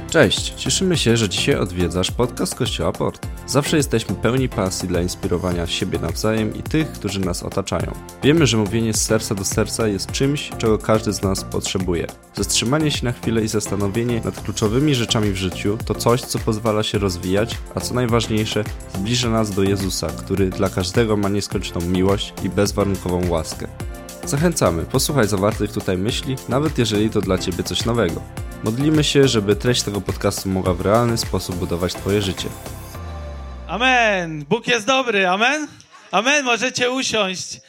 Cześć, cieszymy się, że dzisiaj odwiedzasz podcast Kościoła Port. Zawsze jesteśmy pełni pasji dla inspirowania siebie nawzajem i tych, którzy nas otaczają. Wiemy, że mówienie z serca do serca jest czymś, czego każdy z nas potrzebuje. Zatrzymanie się na chwilę i zastanowienie nad kluczowymi rzeczami w życiu to coś, co pozwala się rozwijać, a co najważniejsze, zbliża nas do Jezusa, który dla każdego ma nieskończoną miłość i bezwarunkową łaskę. Zachęcamy, posłuchaj zawartych tutaj myśli, nawet jeżeli to dla Ciebie coś nowego. Modlimy się, żeby treść tego podcastu mogła w realny sposób budować Twoje życie. Amen! Bóg jest dobry, amen? Amen, możecie usiąść.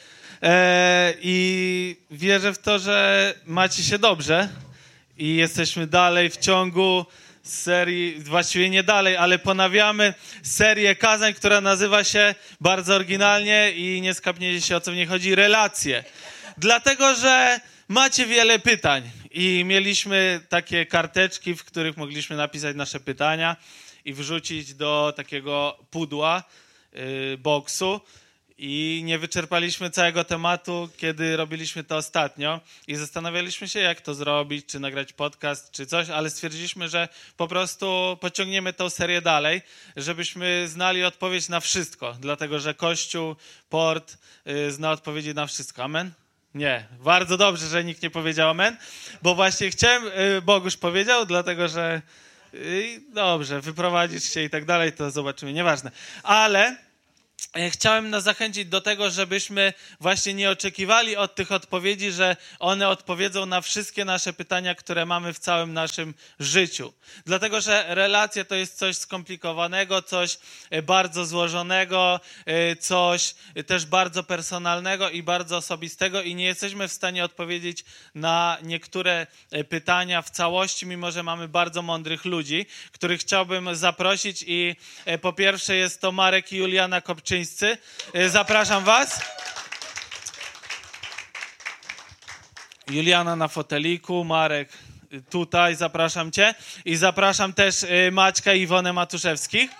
I wierzę w to, że macie się dobrze i jesteśmy dalej w ciągu serii, właściwie nie dalej, ale ponawiamy serię kazań, która nazywa się bardzo oryginalnie i nie skapniecie się, o co w niej chodzi, relacje. Dlatego, że macie wiele pytań i mieliśmy takie karteczki, w których mogliśmy napisać nasze pytania i wrzucić do takiego pudła, boksu i nie wyczerpaliśmy całego tematu, kiedy robiliśmy to ostatnio i zastanawialiśmy się, jak to zrobić, czy nagrać podcast, czy coś, ale stwierdziliśmy, że po prostu pociągniemy tę serię dalej, żebyśmy znali odpowiedź na wszystko, dlatego że Kościół, Port zna odpowiedzi na wszystko. Amen? Nie, bardzo dobrze, że nikt nie powiedział amen, bo właśnie chciałem, Bogusz powiedział, dlatego że dobrze, wyprowadzisz się i tak dalej, to zobaczymy, nieważne. Ale chciałem nas zachęcić do tego, żebyśmy właśnie nie oczekiwali od tych odpowiedzi, że one odpowiedzą na wszystkie nasze pytania, które mamy w całym naszym życiu. Dlatego, że relacja to jest coś skomplikowanego, coś bardzo złożonego, coś też bardzo personalnego i bardzo osobistego i nie jesteśmy w stanie odpowiedzieć na niektóre pytania w całości, mimo że mamy bardzo mądrych ludzi, których chciałbym zaprosić i po pierwsze jest to Marek i Juliana Kopczyńscy. Zapraszam was. Juliana na foteliku, Marek tutaj, zapraszam cię. I zapraszam też Maćka i Iwonę Matuszewskich.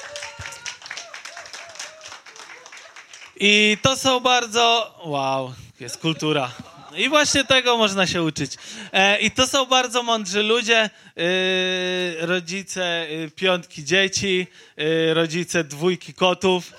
I to są bardzo... Wow, jest kultura. I właśnie tego można się uczyć. I to są bardzo mądrzy ludzie, rodzice 5 dzieci, rodzice 2 kotów.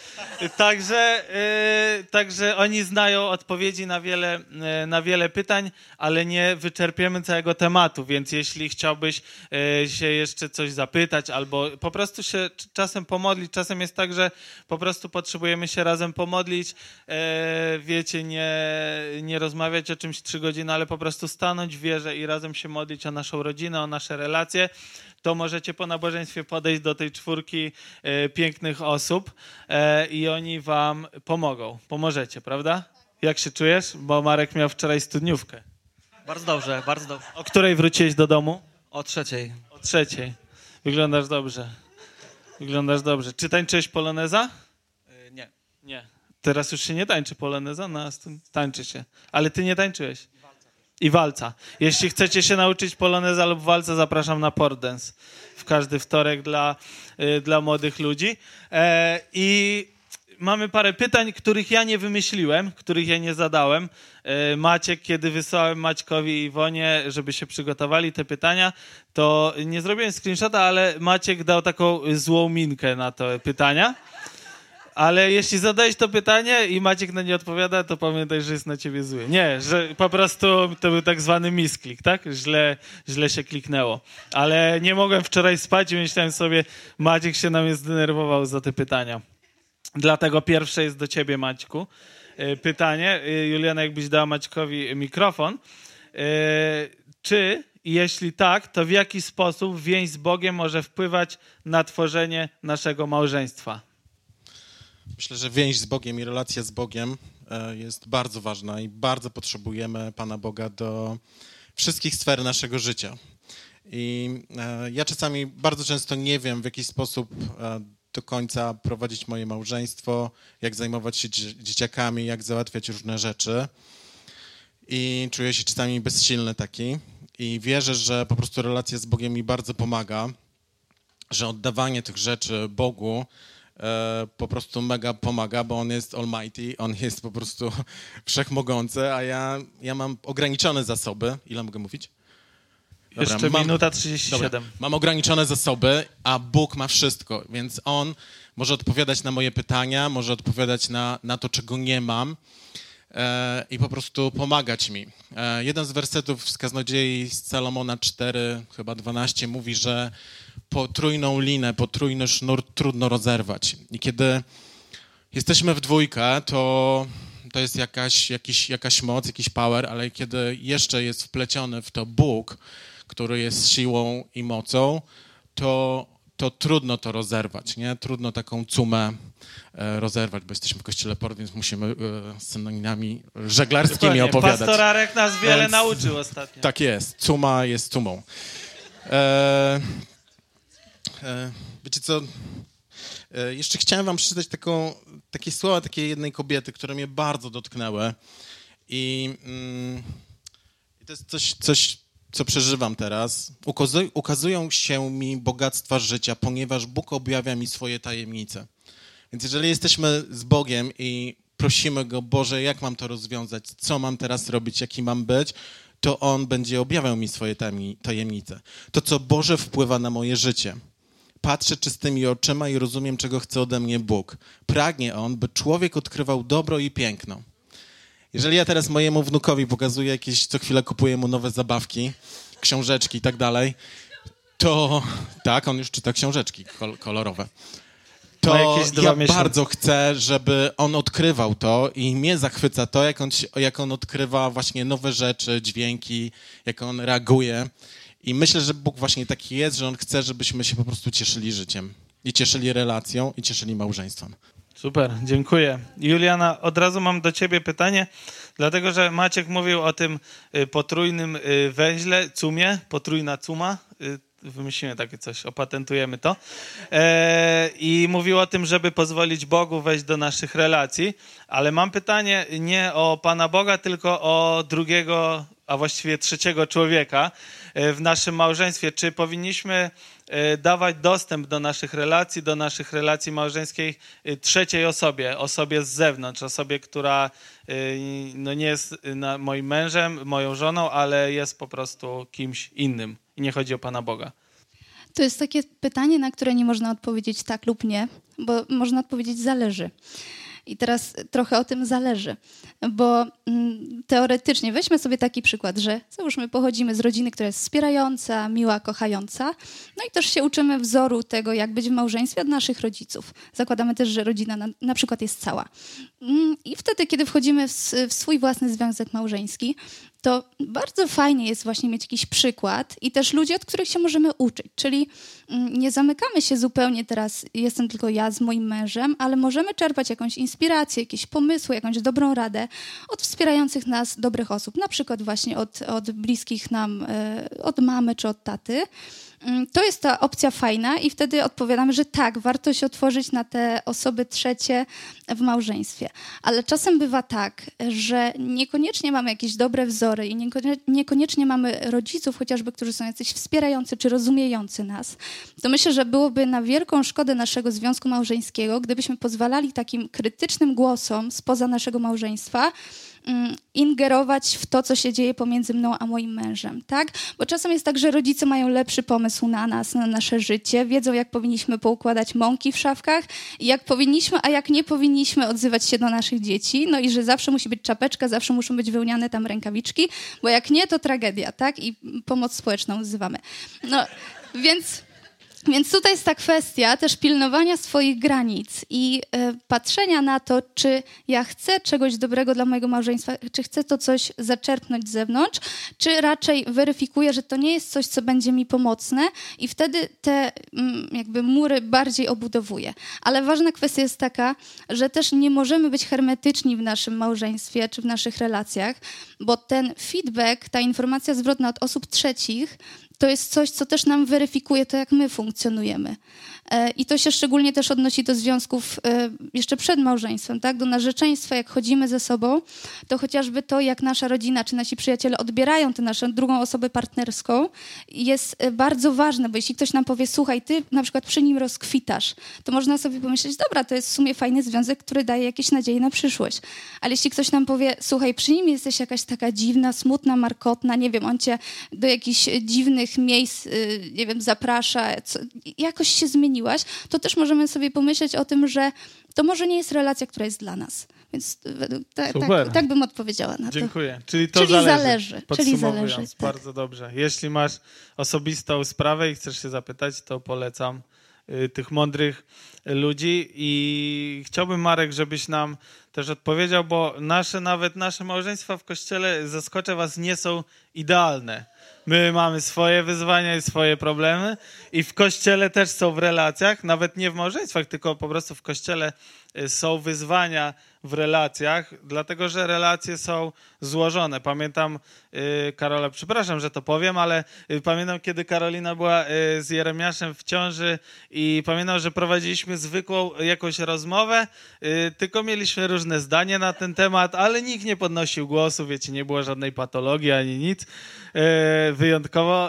Także oni znają odpowiedzi na wiele pytań, ale nie wyczerpiemy całego tematu, więc jeśli chciałbyś się jeszcze coś zapytać albo po prostu się czasem pomodlić, czasem jest tak, że po prostu potrzebujemy się razem pomodlić, wiecie, nie rozmawiać o czymś 3 godziny, ale po prostu stanąć w wierze i razem się modlić o naszą rodzinę, o nasze relacje, to możecie po nabożeństwie podejść do tej 4 pięknych osób i oni wam pomogą. Pomożecie, prawda? Jak się czujesz? Bo Marek miał wczoraj studniówkę. Bardzo dobrze, bardzo dobrze. O której wróciłeś do domu? O 3:00. O 3:00. Wyglądasz dobrze. Wyglądasz dobrze. Czy tańczyłeś poloneza? Nie. Nie. Teraz już się nie tańczy poloneza? Tańczy się. Ale ty nie tańczyłeś? I walca. Jeśli chcecie się nauczyć poloneza lub walca, zapraszam na Port Dance. W każdy wtorek dla młodych ludzi. I mamy parę pytań, których ja nie wymyśliłem, których ja nie zadałem. Maciek, kiedy wysłałem Maćkowi i Iwonie, żeby się przygotowali te pytania, to nie zrobiłem screenshota, ale Maciek dał taką złą minkę na te pytania. Ale jeśli zadajesz to pytanie i Maciek na nie odpowiada, to pamiętaj, że jest na ciebie zły. Nie, że po prostu to był tak zwany misklik, tak? Źle się kliknęło. Ale nie mogłem wczoraj spać i myślałem sobie, Maciek się na mnie zdenerwował za te pytania. Dlatego pierwsze jest do ciebie, Maćku. Pytanie, Juliana, jakbyś dała Maćkowi mikrofon. Czy, jeśli tak, to w jaki sposób więź z Bogiem może wpływać na tworzenie naszego małżeństwa? Myślę, że więź z Bogiem i relacja z Bogiem jest bardzo ważna i bardzo potrzebujemy Pana Boga do wszystkich sfer naszego życia. I ja czasami bardzo często nie wiem, w jaki sposób do końca prowadzić moje małżeństwo, jak zajmować się dzieciakami, jak załatwiać różne rzeczy. I czuję się czasami bezsilny taki. I wierzę, że po prostu relacja z Bogiem mi bardzo pomaga, że oddawanie tych rzeczy Bogu po prostu mega pomaga, bo On jest almighty, On jest po prostu wszechmogący, a ja mam ograniczone zasoby. Ile mogę mówić? Jeszcze minuta 37. Dobra, mam ograniczone zasoby, a Bóg ma wszystko, więc On może odpowiadać na moje pytania, może odpowiadać na to, czego nie mam i po prostu pomagać mi. Jeden z wersetów z Kaznodziei z Salomona 4, chyba 12 mówi, że potrójną linę, potrójny sznur trudno rozerwać. I kiedy jesteśmy w dwójkę, to jest jakaś moc, jakiś power, ale kiedy jeszcze jest wpleciony w to Bóg, który jest siłą i mocą, to trudno to rozerwać, nie? Trudno taką cumę rozerwać, bo jesteśmy w Kościele Port, więc musimy synonimami żeglarskimi Dokładnie. opowiadać. Pastor Arek nas wiele nauczył ostatnio. Tak jest, cuma jest cumą. Wiecie co, jeszcze chciałem wam przeczytać takie słowa takiej jednej kobiety, które mnie bardzo dotknęły i to jest coś, co przeżywam teraz. Ukazują się mi bogactwa życia, ponieważ Bóg objawia mi swoje tajemnice. Więc jeżeli jesteśmy z Bogiem i prosimy Go, Boże, jak mam to rozwiązać, co mam teraz robić, jaki mam być, to On będzie objawiał mi swoje tajemnice. To, co Boże wpływa na moje życie. Patrzę czystymi oczyma i rozumiem, czego chce ode mnie Bóg. Pragnie On, by człowiek odkrywał dobro i piękno. Jeżeli ja teraz mojemu wnukowi pokazuję jakieś, co chwilę kupuję mu nowe zabawki, książeczki i tak dalej, to tak, on już czyta książeczki kolorowe. To ja bardzo chcę, żeby on odkrywał to i mnie zachwyca to, jak on odkrywa właśnie nowe rzeczy, dźwięki, jak on reaguje. I myślę, że Bóg właśnie taki jest, że On chce, żebyśmy się po prostu cieszyli życiem i cieszyli relacją i cieszyli małżeństwem. Super, dziękuję. Juliana, od razu mam do ciebie pytanie, dlatego że Maciek mówił o tym potrójnym węźle, cumie, potrójna cuma, wymyślimy takie coś, opatentujemy to. I mówił o tym, żeby pozwolić Bogu wejść do naszych relacji, ale mam pytanie nie o Pana Boga, tylko o drugiego, a właściwie trzeciego człowieka w naszym małżeństwie. Czy powinniśmy dawać dostęp do naszych relacji małżeńskiej trzeciej osobie z zewnątrz, osobie, która no nie jest moim mężem, moją żoną, ale jest po prostu kimś innym i nie chodzi o Pana Boga? To jest takie pytanie, na które nie można odpowiedzieć tak lub nie, bo można odpowiedzieć zależy. I teraz trochę o tym zależy, bo teoretycznie weźmy sobie taki przykład, że załóżmy pochodzimy z rodziny, która jest wspierająca, miła, kochająca, no i też się uczymy wzoru tego, jak być w małżeństwie od naszych rodziców. Zakładamy też, że rodzina na przykład jest cała. I wtedy, kiedy wchodzimy w swój własny związek małżeński, to bardzo fajnie jest właśnie mieć jakiś przykład i też ludzi, od których się możemy uczyć. Czyli nie zamykamy się zupełnie teraz, jestem tylko ja z moim mężem, ale możemy czerpać jakąś inspirację, jakieś pomysły, jakąś dobrą radę od wspierających nas dobrych osób. Na przykład właśnie od bliskich nam, od mamy czy od taty. To jest ta opcja fajna i wtedy odpowiadamy, że tak, warto się otworzyć na te osoby trzecie w małżeństwie. Ale czasem bywa tak, że niekoniecznie mamy jakieś dobre wzory i niekoniecznie mamy rodziców chociażby, którzy są jacyś wspierający czy rozumiejący nas. To myślę, że byłoby na wielką szkodę naszego związku małżeńskiego, gdybyśmy pozwalali takim krytycznym głosom spoza naszego małżeństwa ingerować w to, co się dzieje pomiędzy mną a moim mężem, tak? Bo czasem jest tak, że rodzice mają lepszy pomysł na nas, na nasze życie, wiedzą, jak powinniśmy poukładać mąki w szafkach, jak powinniśmy, a jak nie powinniśmy odzywać się do naszych dzieci, no i że zawsze musi być czapeczka, zawsze muszą być wełniane tam rękawiczki, bo jak nie, to tragedia, tak? I pomoc społeczną wzywamy. No, Więc tutaj jest ta kwestia też pilnowania swoich granic i patrzenia na to, czy ja chcę czegoś dobrego dla mojego małżeństwa, czy chcę to coś zaczerpnąć z zewnątrz, czy raczej weryfikuję, że to nie jest coś, co będzie mi pomocne i wtedy te jakby mury bardziej obudowuję. Ale ważna kwestia jest taka, że też nie możemy być hermetyczni w naszym małżeństwie czy w naszych relacjach, bo ten feedback, ta informacja zwrotna od osób trzecich, to jest coś, co też nam weryfikuje to, jak my funkcjonujemy. I to się szczególnie też odnosi do związków jeszcze przed małżeństwem, tak? Do narzeczeństwa, jak chodzimy ze sobą, to chociażby to, jak nasza rodzina czy nasi przyjaciele odbierają tę naszą drugą osobę partnerską, jest bardzo ważne, bo jeśli ktoś nam powie, słuchaj, ty na przykład przy nim rozkwitasz, to można sobie pomyśleć, dobra, to jest w sumie fajny związek, który daje jakieś nadzieje na przyszłość. Ale jeśli ktoś nam powie, słuchaj, przy nim jesteś jakaś taka dziwna, smutna, markotna, nie wiem, on cię do jakichś dziwnych miejsc, nie wiem, zaprasza, jakoś się zmieniłaś, to też możemy sobie pomyśleć o tym, że to może nie jest relacja, która jest dla nas. Więc tak bym odpowiedziała na to. Dziękuję. Czyli zależy. Podsumowując, Czyli zależy, bardzo dobrze. Jeśli masz osobistą sprawę i chcesz się zapytać, to polecam tych mądrych ludzi i chciałbym, Marek, żebyś nam też odpowiedział, bo nawet nasze małżeństwa w Kościele, zaskoczę was, nie są idealne. My mamy swoje wyzwania i swoje problemy i w Kościele też są w relacjach, nawet nie w małżeństwach, tylko po prostu w Kościele są wyzwania w relacjach, dlatego że relacje są złożone. Pamiętam, Karola, przepraszam, że to powiem, ale pamiętam, kiedy Karolina była z Jeremiaszem w ciąży i pamiętam, że prowadziliśmy zwykłą jakąś rozmowę, tylko mieliśmy różne zdania na ten temat, ale nikt nie podnosił głosu, wiecie, nie było żadnej patologii ani nic wyjątkowo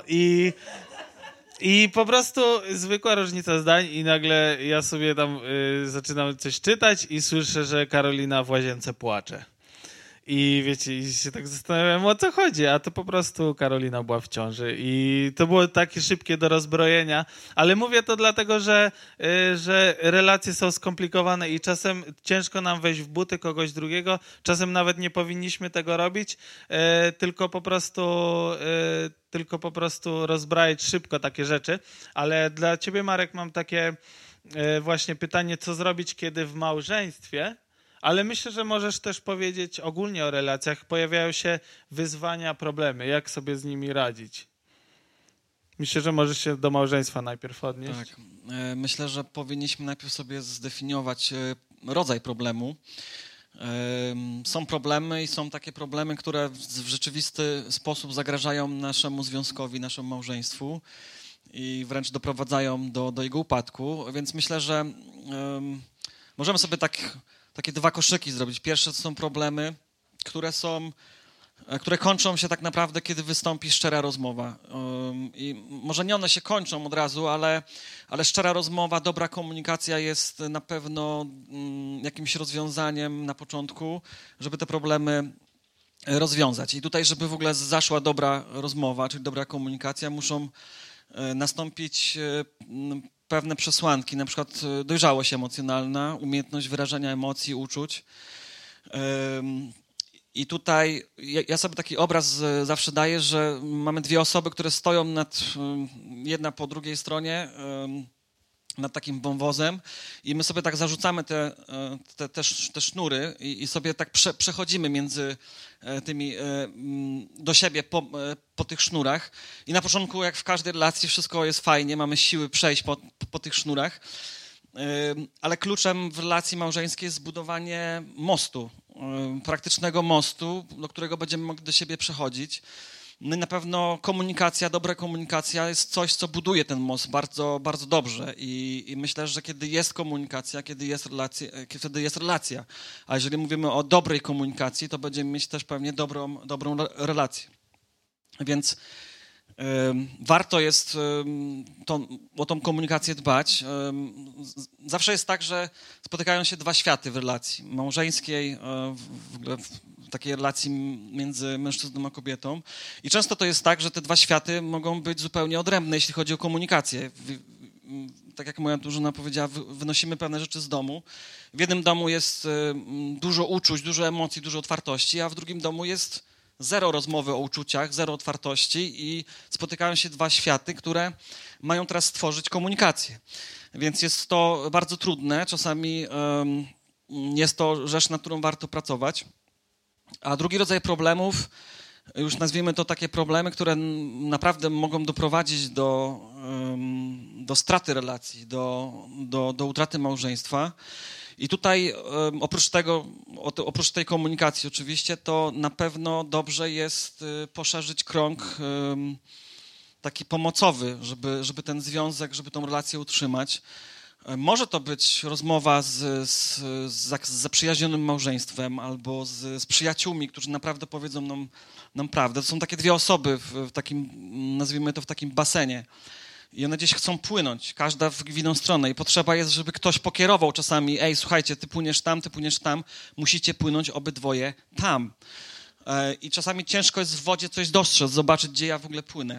i po prostu zwykła różnica zdań i nagle ja sobie tam zaczynam coś czytać i słyszę, że Karolina w łazience płacze. I wiecie, i się tak zastanawiam, o co chodzi, a to po prostu Karolina była w ciąży i to było takie szybkie do rozbrojenia, ale mówię to dlatego, że relacje są skomplikowane i czasem ciężko nam wejść w buty kogoś drugiego, czasem nawet nie powinniśmy tego robić, tylko po prostu rozbrajać szybko takie rzeczy, ale dla ciebie, Marek, mam takie właśnie pytanie, co zrobić, kiedy w małżeństwie, ale myślę, że możesz też powiedzieć ogólnie o relacjach. Pojawiają się wyzwania, problemy. Jak sobie z nimi radzić? Myślę, że możesz się do małżeństwa najpierw odnieść. Tak. Myślę, że powinniśmy najpierw sobie zdefiniować rodzaj problemu. Są problemy i są takie problemy, które w rzeczywisty sposób zagrażają naszemu związkowi, naszemu małżeństwu i wręcz doprowadzają do jego upadku. Więc myślę, że możemy sobie takie dwa koszyki zrobić. Pierwsze to są problemy, które kończą się tak naprawdę, kiedy wystąpi szczera rozmowa. I może nie one się kończą od razu, ale szczera rozmowa, dobra komunikacja jest na pewno jakimś rozwiązaniem na początku, żeby te problemy rozwiązać. I tutaj, żeby w ogóle zaszła dobra rozmowa, czyli dobra komunikacja, muszą nastąpić pewne przesłanki, na przykład dojrzałość emocjonalna, umiejętność wyrażania emocji, uczuć. I tutaj ja sobie taki obraz zawsze daję, że mamy dwie osoby, które stoją jedna po drugiej stronie nad takim wąwozem i my sobie tak zarzucamy te sznury i sobie tak przechodzimy między tymi do siebie po tych sznurach i na początku, jak w każdej relacji, wszystko jest fajnie, mamy siły przejść po tych sznurach, ale kluczem w relacji małżeńskiej jest zbudowanie mostu, praktycznego mostu, do którego będziemy mogli do siebie przechodzić. No i na pewno dobra komunikacja jest coś, co buduje ten most bardzo, bardzo dobrze i myślę, że kiedy jest komunikacja, wtedy jest relacja. A jeżeli mówimy o dobrej komunikacji, to będziemy mieć też pewnie dobrą relację. Więc warto jest o tą komunikację dbać. Zawsze jest tak, że spotykają się dwa światy w relacji małżeńskiej, w ogóle w takiej relacji między mężczyzną a kobietą. I często to jest tak, że te dwa światy mogą być zupełnie odrębne, jeśli chodzi o komunikację. Tak jak moja żona powiedziała, wynosimy pewne rzeczy z domu. W jednym domu jest dużo uczuć, dużo emocji, dużo otwartości, a w drugim domu jest zero rozmowy o uczuciach, zero otwartości i spotykają się dwa światy, które mają teraz stworzyć komunikację. Więc jest to bardzo trudne, czasami jest to rzecz, nad którą warto pracować. A drugi rodzaj problemów, już nazwijmy to takie problemy, które naprawdę mogą doprowadzić do straty relacji, do utraty małżeństwa. I tutaj oprócz tej komunikacji oczywiście, to na pewno dobrze jest poszerzyć krąg taki pomocowy, żeby ten związek, żeby tą relację utrzymać. Może to być rozmowa z zaprzyjaźnionym małżeństwem albo z przyjaciółmi, którzy naprawdę powiedzą nam prawdę. To są takie dwie osoby w takim, nazwijmy to, w takim basenie. I one gdzieś chcą płynąć, każda w inną stronę. I potrzeba jest, żeby ktoś pokierował czasami, słuchajcie, ty płyniesz tam, musicie płynąć obydwoje tam. I czasami ciężko jest w wodzie coś dostrzec, zobaczyć, gdzie ja w ogóle płynę.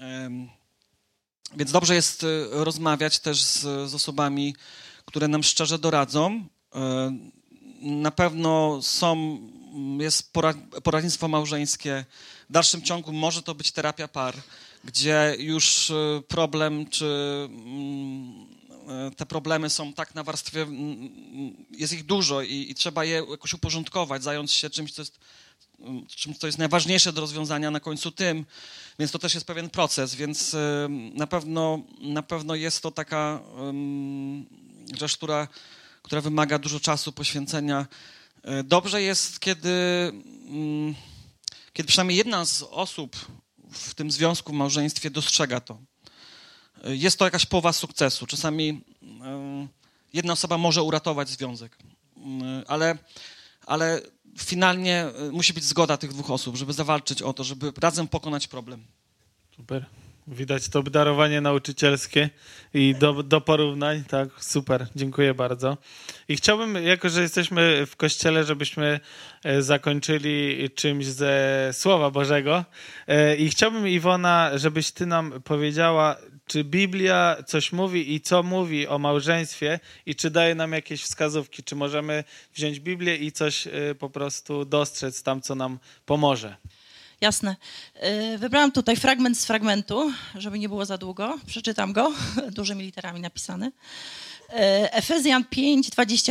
Więc dobrze jest rozmawiać też z osobami, które nam szczerze doradzą. Na pewno jest poradnictwo małżeńskie. W dalszym ciągu może to być terapia par, gdzie już problem, czy te problemy są tak na warstwie, jest ich dużo i trzeba je jakoś uporządkować, zająć się czymś, co jest najważniejsze do rozwiązania na końcu tym, więc to też jest pewien proces, więc na pewno jest to taka rzecz, która wymaga dużo czasu, poświęcenia. Dobrze jest, kiedy przynajmniej jedna z osób w tym związku, w małżeństwie dostrzega to. Jest to jakaś połowa sukcesu. Czasami jedna osoba może uratować związek, ale finalnie musi być zgoda tych dwóch osób, żeby zawalczyć o to, żeby razem pokonać problem. Super. Widać to obdarowanie nauczycielskie i do porównań. Tak, super. Dziękuję bardzo. I chciałbym, jako że jesteśmy w Kościele, żebyśmy zakończyli czymś ze Słowa Bożego. I chciałbym, Iwona, żebyś ty nam powiedziała, czy Biblia coś mówi i co mówi o małżeństwie i czy daje nam jakieś wskazówki, czy możemy wziąć Biblię i coś po prostu dostrzec tam, co nam pomoże. Jasne. Wybrałam tutaj fragment z fragmentu, żeby nie było za długo. Przeczytam go, dużymi literami napisany. Efezjan 5,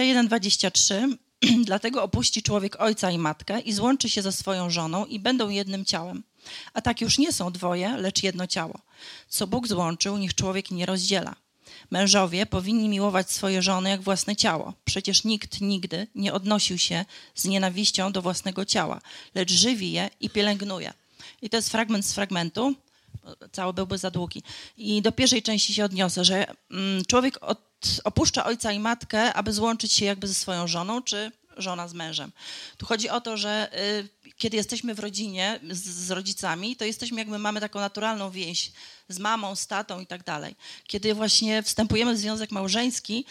21-23. Dlatego opuści człowiek ojca i matkę i złączy się ze swoją żoną i będą jednym ciałem. A tak już nie są dwoje, lecz jedno ciało. Co Bóg złączył, niech człowiek nie rozdziela. Mężowie powinni miłować swoje żony jak własne ciało. Przecież nikt nigdy nie odnosił się z nienawiścią do własnego ciała, lecz żywi je i pielęgnuje. I to jest fragment z fragmentu, cały byłby za długi. I do pierwszej części się odniosę, że człowiek opuszcza ojca i matkę, aby złączyć się jakby ze swoją żoną, czy żona z mężem. Tu chodzi o to, że kiedy jesteśmy w rodzinie z rodzicami, to mamy taką naturalną więź z mamą, z tatą i tak dalej. Kiedy właśnie wstępujemy w związek małżeński,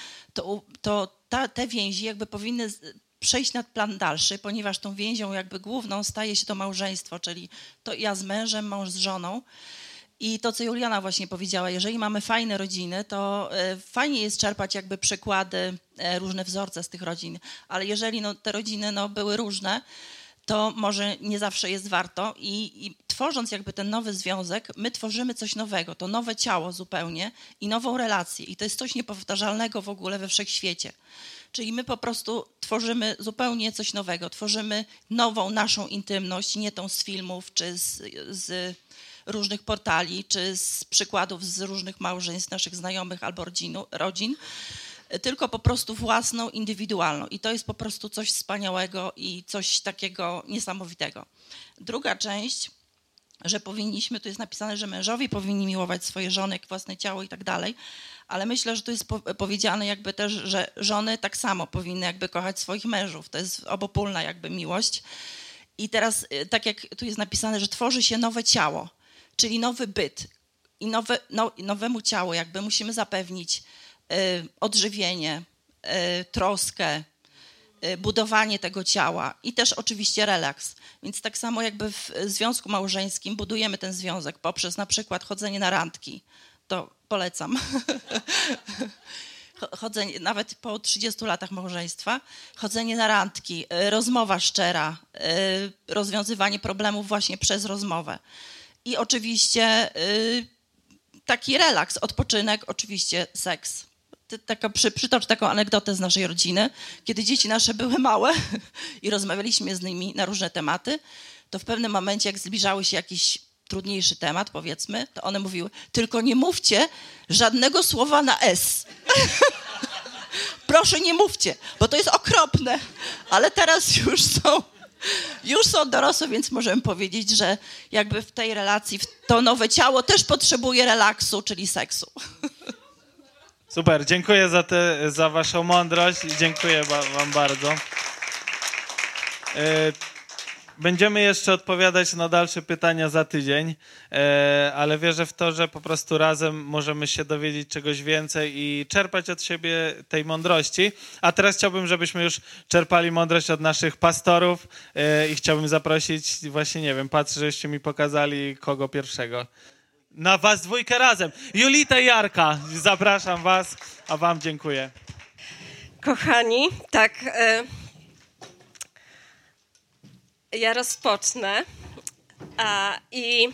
to te więzi jakby powinny przejść na plan dalszy, ponieważ tą więzią jakby główną staje się to małżeństwo, czyli to ja z mężem, mąż z żoną. I to, co Juliana właśnie powiedziała, jeżeli mamy fajne rodziny, to fajnie jest czerpać jakby przykłady, różne wzorce z tych rodzin, ale jeżeli te rodziny były różne, to może nie zawsze jest warto i tworząc jakby ten nowy związek, my tworzymy coś nowego, to nowe ciało zupełnie i nową relację i to jest coś niepowtarzalnego w ogóle we wszechświecie. Czyli my po prostu tworzymy zupełnie coś nowego, tworzymy nową naszą intymność, nie tą z filmów czy z różnych portali, czy z przykładów z różnych małżeństw naszych znajomych albo rodzin, tylko po prostu własną, indywidualną. I to jest po prostu coś wspaniałego i coś takiego niesamowitego. Druga część, że powinniśmy, tu jest napisane, że mężowie powinni miłować swoje żony jak własne ciało i tak dalej, ale myślę, że tu jest powiedziane jakby też, że żony tak samo powinny jakby kochać swoich mężów. To jest obopólna jakby miłość. I teraz, tak jak tu jest napisane, że tworzy się nowe ciało, czyli nowy byt i nowemu ciału jakby musimy zapewnić odżywienie, troskę, budowanie tego ciała i też oczywiście relaks. Więc tak samo jakby w związku małżeńskim budujemy ten związek poprzez na przykład chodzenie na randki. To polecam. Chodzenie, nawet po 30 latach małżeństwa, chodzenie na randki, rozmowa szczera, rozwiązywanie problemów właśnie przez rozmowę. I oczywiście taki relaks, odpoczynek, oczywiście seks. Przytocz taką anegdotę z naszej rodziny. Kiedy dzieci nasze były małe i rozmawialiśmy z nimi na różne tematy, to w pewnym momencie, jak zbliżały się jakiś trudniejszy temat, powiedzmy, to one mówiły, tylko nie mówcie żadnego słowa na S. Proszę nie mówcie, bo to jest okropne. Ale teraz już są Już są dorosłe, więc możemy powiedzieć, że jakby w tej relacji to nowe ciało też potrzebuje relaksu, czyli seksu. Super, dziękuję za waszą mądrość i dziękuję wam bardzo. Będziemy jeszcze odpowiadać na dalsze pytania za tydzień, ale wierzę w to, że po prostu razem możemy się dowiedzieć czegoś więcej i czerpać od siebie tej mądrości. A teraz chciałbym, żebyśmy już czerpali mądrość od naszych pastorów i chciałbym zaprosić, właśnie nie wiem, patrzę, żebyście mi pokazali kogo pierwszego. Na was dwójkę razem. Julita i Jarka, zapraszam was, a wam dziękuję. Kochani, tak, ja rozpocznę i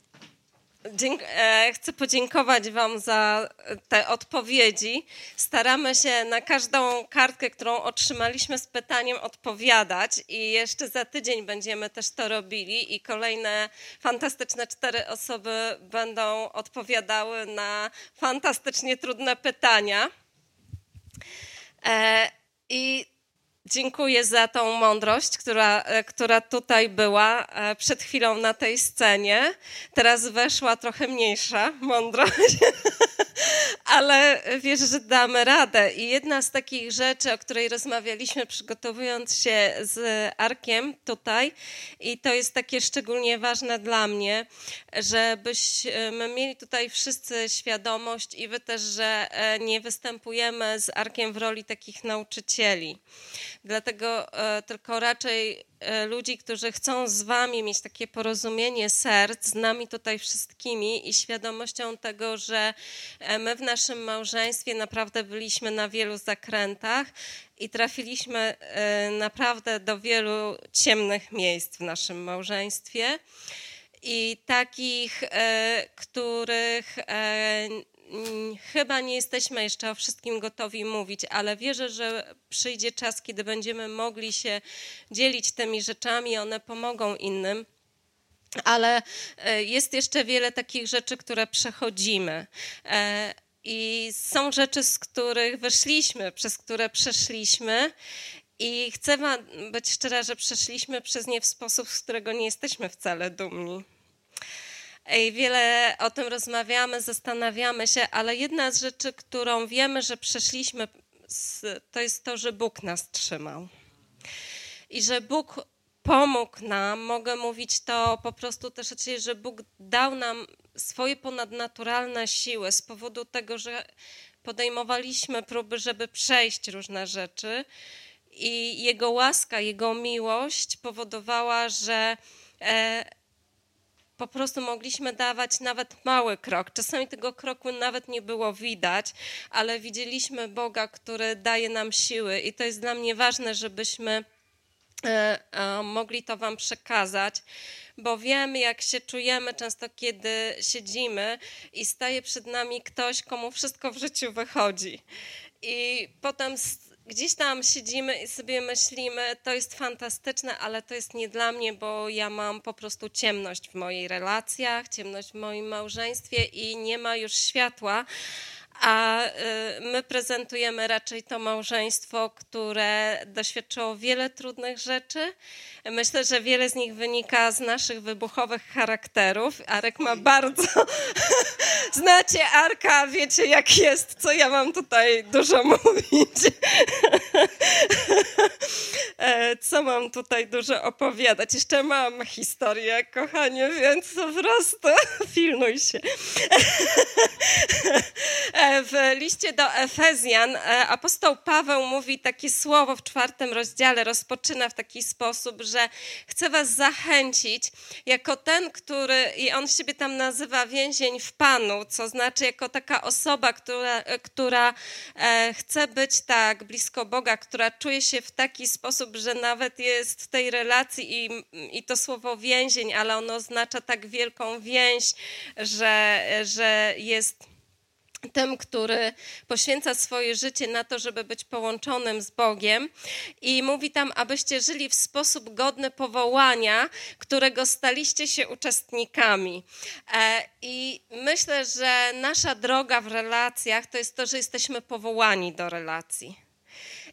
chcę podziękować wam za te odpowiedzi. Staramy się na każdą kartkę, którą otrzymaliśmy z pytaniem odpowiadać i jeszcze za tydzień będziemy też to robili i kolejne fantastyczne 4 osoby będą odpowiadały na fantastycznie trudne pytania. I dziękuję za tą mądrość, która tutaj była przed chwilą na tej scenie. Teraz weszła trochę mniejsza mądrość, ale wierzę, że damy radę. I jedna z takich rzeczy, o której rozmawialiśmy przygotowując się z Arkiem tutaj, i to jest takie szczególnie ważne dla mnie, żebyśmy mieli tutaj wszyscy świadomość i wy też, że nie występujemy z Arkiem w roli takich nauczycieli. Dlatego tylko raczej ludzi, którzy chcą z wami mieć takie porozumienie serc, z nami tutaj wszystkimi i świadomością tego, że my w naszym małżeństwie naprawdę byliśmy na wielu zakrętach i trafiliśmy naprawdę do wielu ciemnych miejsc w naszym małżeństwie i takich, których chyba nie jesteśmy jeszcze o wszystkim gotowi mówić, ale wierzę, że przyjdzie czas, kiedy będziemy mogli się dzielić tymi rzeczami, one pomogą innym. Ale jest jeszcze wiele takich rzeczy, które przechodzimy. I są rzeczy, z których wyszliśmy, przez które przeszliśmy. I chcę wam być szczera, że przeszliśmy przez nie w sposób, z którego nie jesteśmy wcale dumni. I wiele o tym rozmawiamy, zastanawiamy się, ale jedna z rzeczy, którą wiemy, że przeszliśmy, to jest to, że Bóg nas trzymał. I że Bóg pomógł nam, mogę mówić to po prostu też, że Bóg dał nam swoje ponadnaturalne siły z powodu tego, że podejmowaliśmy próby, żeby przejść różne rzeczy i Jego łaska, Jego miłość powodowała, że po prostu mogliśmy dawać nawet mały krok. Czasami tego kroku nawet nie było widać, ale widzieliśmy Boga, który daje nam siły i to jest dla mnie ważne, żebyśmy mogli to wam przekazać, bo wiem, jak się czujemy często, kiedy siedzimy i staje przed nami ktoś, komu wszystko w życiu wychodzi. I potem gdzieś tam siedzimy i sobie myślimy, to jest fantastyczne, ale to jest nie dla mnie, bo ja mam po prostu ciemność w moich relacjach, ciemność w moim małżeństwie i nie ma już światła. A my prezentujemy raczej to małżeństwo, które doświadczyło wiele trudnych rzeczy. Myślę, że wiele z nich wynika z naszych wybuchowych charakterów. Arek ma bardzo... Znacie Arka, wiecie jak jest, co ja mam tutaj dużo mówić. Co mam tutaj dużo opowiadać. Jeszcze mam historię, kochanie, więc po prostu pilnuj się. W liście do Efezjan apostoł Paweł mówi takie słowo w 4 rozdziale, rozpoczyna w taki sposób, że chce was zachęcić jako ten, który, i on siebie tam nazywa więzień w Panu, co znaczy jako taka osoba, która chce być tak blisko Boga, która czuje się w taki sposób, że nawet jest w tej relacji i to słowo więzień, ale ono oznacza tak wielką więź, że jest tym, który poświęca swoje życie na to, żeby być połączonym z Bogiem i mówi tam, abyście żyli w sposób godny powołania, którego staliście się uczestnikami. I myślę, że nasza droga w relacjach to jest to, że jesteśmy powołani do relacji.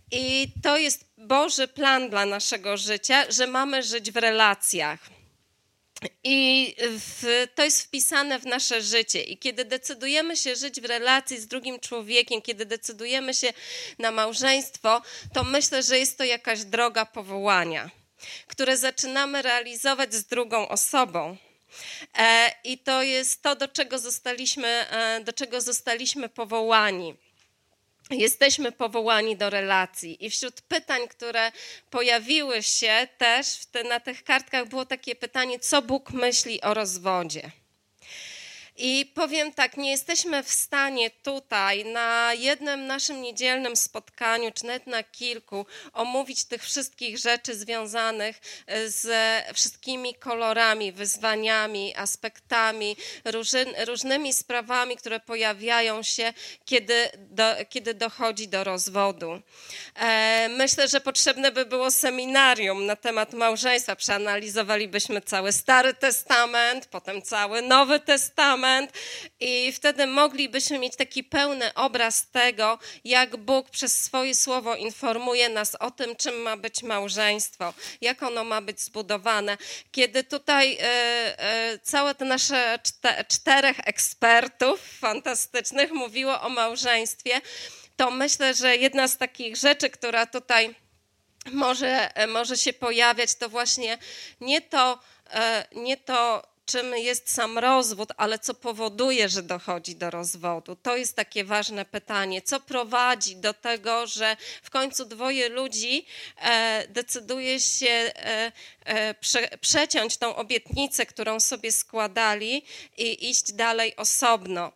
I to jest Boży plan dla naszego życia, że mamy żyć w relacjach. I to jest wpisane w nasze życie. I kiedy decydujemy się żyć w relacji z drugim człowiekiem, kiedy decydujemy się na małżeństwo, to myślę, że jest to jakaś droga powołania, które zaczynamy realizować z drugą osobą. I to jest to, do czego zostaliśmy powołani. Jesteśmy powołani do relacji i wśród pytań, które pojawiły się też na tych kartkach było takie pytanie, co Bóg myśli o rozwodzie. I powiem tak, nie jesteśmy w stanie tutaj na jednym naszym niedzielnym spotkaniu, czy nawet na kilku, omówić tych wszystkich rzeczy związanych z wszystkimi kolorami, wyzwaniami, aspektami, różnymi sprawami, które pojawiają się, kiedy dochodzi do rozwodu. Myślę, że potrzebne by było seminarium na temat małżeństwa. Przeanalizowalibyśmy cały Stary Testament, potem cały Nowy Testament, i wtedy moglibyśmy mieć taki pełny obraz tego, jak Bóg przez swoje słowo informuje nas o tym, czym ma być małżeństwo, jak ono ma być zbudowane. Kiedy tutaj całe te nasze 4 ekspertów fantastycznych mówiło o małżeństwie, to myślę, że jedna z takich rzeczy, która tutaj może się pojawiać, to właśnie nie to, czym jest sam rozwód, ale co powoduje, że dochodzi do rozwodu. To jest takie ważne pytanie. Co prowadzi do tego, że w końcu 2 ludzi decyduje się przeciąć tą obietnicę, którą sobie składali i iść dalej osobno.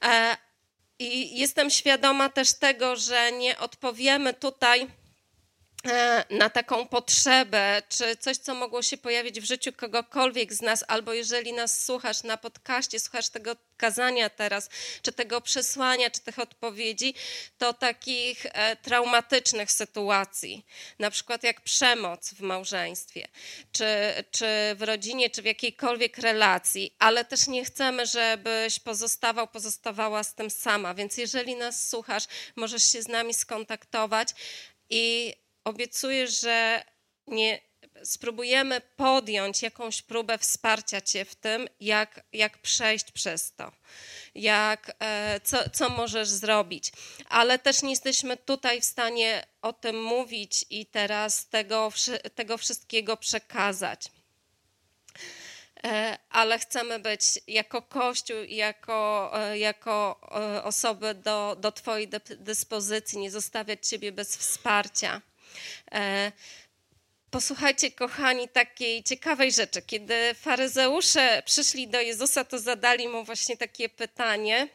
I jestem świadoma też tego, że nie odpowiemy tutaj na taką potrzebę, czy coś, co mogło się pojawić w życiu kogokolwiek z nas, albo jeżeli nas słuchasz na podcaście, słuchasz tego kazania teraz, czy tego przesłania, czy tych odpowiedzi, to takich traumatycznych sytuacji, na przykład jak przemoc w małżeństwie, czy w rodzinie, czy w jakiejkolwiek relacji, ale też nie chcemy, żebyś pozostawała z tym sama, więc jeżeli nas słuchasz, możesz się z nami skontaktować i obiecuję, że spróbujemy podjąć jakąś próbę wsparcia cię w tym, jak przejść przez to, co możesz zrobić. Ale też nie jesteśmy tutaj w stanie o tym mówić i teraz tego wszystkiego przekazać. Ale chcemy być jako Kościół i jako osoby do twojej dyspozycji, nie zostawiać ciebie bez wsparcia. Posłuchajcie, kochani, takiej ciekawej rzeczy. Kiedy faryzeusze przyszli do Jezusa, to zadali mu właśnie takie pytanie,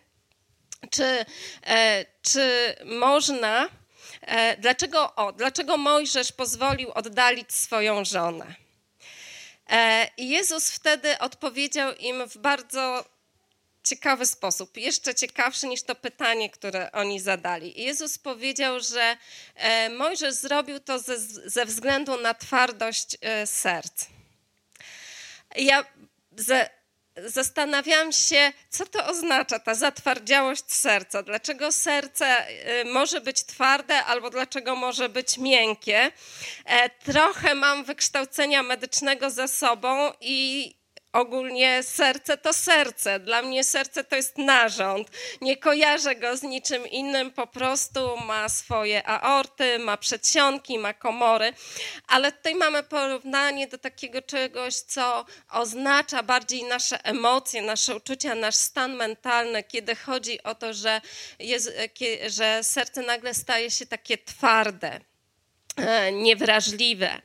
czy można, dlaczego Mojżesz pozwolił oddalić swoją żonę? I Jezus wtedy odpowiedział im w bardzo ciekawy sposób, jeszcze ciekawszy niż to pytanie, które oni zadali. I Jezus powiedział, że Mojżesz zrobił to ze względu na twardość serc. Ja zastanawiałam się, co to oznacza, ta zatwardziałość serca. Dlaczego serce może być twarde albo dlaczego może być miękkie. Trochę mam wykształcenia medycznego za sobą i ogólnie serce to serce. Dla mnie serce to jest narząd. Nie kojarzę go z niczym innym, po prostu ma swoje aorty, ma przedsionki, ma komory. Ale tutaj mamy porównanie do takiego czegoś, co oznacza bardziej nasze emocje, nasze uczucia, nasz stan mentalny, kiedy chodzi o to, że serce nagle staje się takie twarde, niewrażliwe.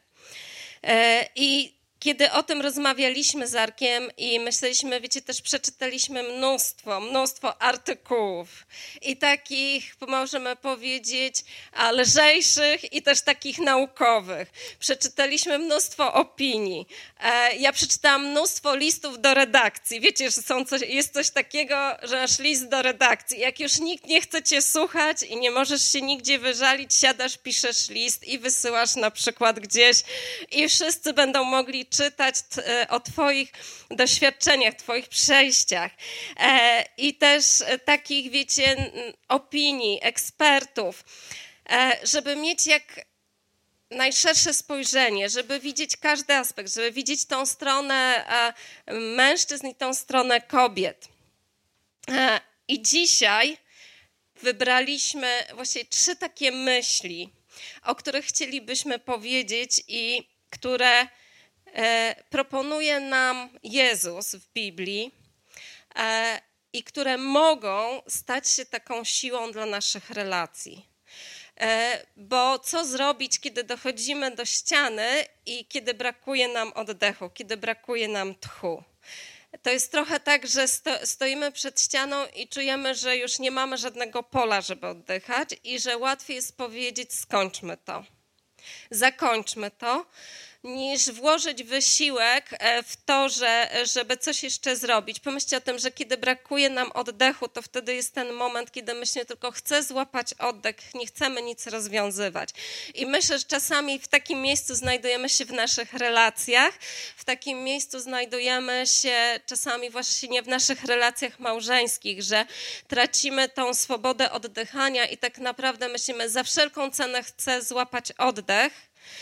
I kiedy o tym rozmawialiśmy z Arkiem i myśleliśmy, wiecie, też przeczytaliśmy mnóstwo artykułów i takich, możemy powiedzieć, lżejszych i też takich naukowych. Przeczytaliśmy mnóstwo opinii. Ja przeczytałam mnóstwo listów do redakcji. Wiecie, że jest coś takiego, że masz list do redakcji. Jak już nikt nie chce cię słuchać i nie możesz się nigdzie wyżalić, siadasz, piszesz list i wysyłasz na przykład gdzieś i wszyscy będą mogli czytać o twoich doświadczeniach, twoich przejściach i też takich, wiecie, opinii, ekspertów. żeby mieć jak najszersze spojrzenie, żeby widzieć każdy aspekt, żeby widzieć tą stronę mężczyzn i tą stronę kobiet. I dzisiaj wybraliśmy właśnie 3 takie myśli, o których chcielibyśmy powiedzieć i które proponuje nam Jezus w Biblii i które mogą stać się taką siłą dla naszych relacji. Bo co zrobić, kiedy dochodzimy do ściany i kiedy brakuje nam oddechu, kiedy brakuje nam tchu? To jest trochę tak, że stoimy przed ścianą i czujemy, że już nie mamy żadnego pola, żeby oddychać i że łatwiej jest powiedzieć: skończmy to, zakończmy to, niż włożyć wysiłek w to, żeby coś jeszcze zrobić. Pomyślcie o tym, że kiedy brakuje nam oddechu, to wtedy jest ten moment, kiedy myślimy tylko: chcę złapać oddech, nie chcemy nic rozwiązywać. I myślę, że czasami w takim miejscu znajdujemy się w naszych relacjach, w takim miejscu znajdujemy się czasami właśnie w naszych relacjach małżeńskich, że tracimy tą swobodę oddychania i tak naprawdę myślimy: za wszelką cenę chcę złapać oddech,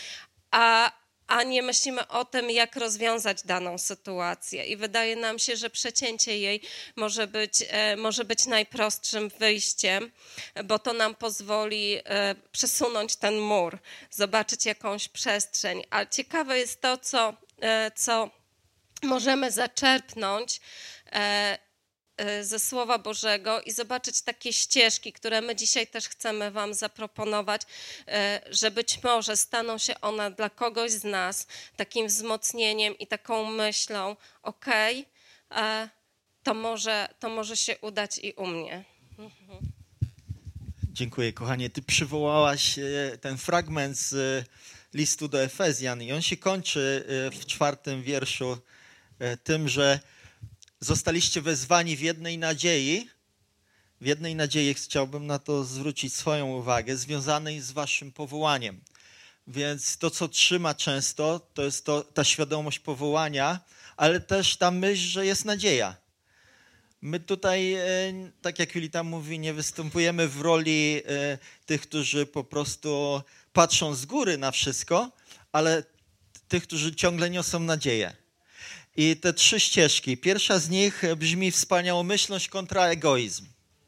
a nie myślimy o tym, jak rozwiązać daną sytuację. I wydaje nam się, że przecięcie jej może być najprostszym wyjściem, bo to nam pozwoli przesunąć ten mur, zobaczyć jakąś przestrzeń. A ciekawe jest to, co możemy zaczerpnąć ze Słowa Bożego i zobaczyć takie ścieżki, które my dzisiaj też chcemy wam zaproponować, że być może staną się one dla kogoś z nas takim wzmocnieniem i taką myślą: okej, to może się udać i u mnie. Dziękuję, kochanie. Ty przywołałaś ten fragment z listu do Efezjan i on się kończy w 4 wierszu tym, że zostaliście wezwani w jednej nadziei. W jednej nadziei chciałbym na to zwrócić swoją uwagę, związanej z waszym powołaniem. Więc to, co trzyma często, to jest ta świadomość powołania, ale też ta myśl, że jest nadzieja. My tutaj, tak jak Julita mówi, nie występujemy w roli tych, którzy po prostu patrzą z góry na wszystko, ale tych, którzy ciągle niosą nadzieję. I te 3 ścieżki. Pierwsza z nich brzmi: wspaniałomyślność kontra egoizm.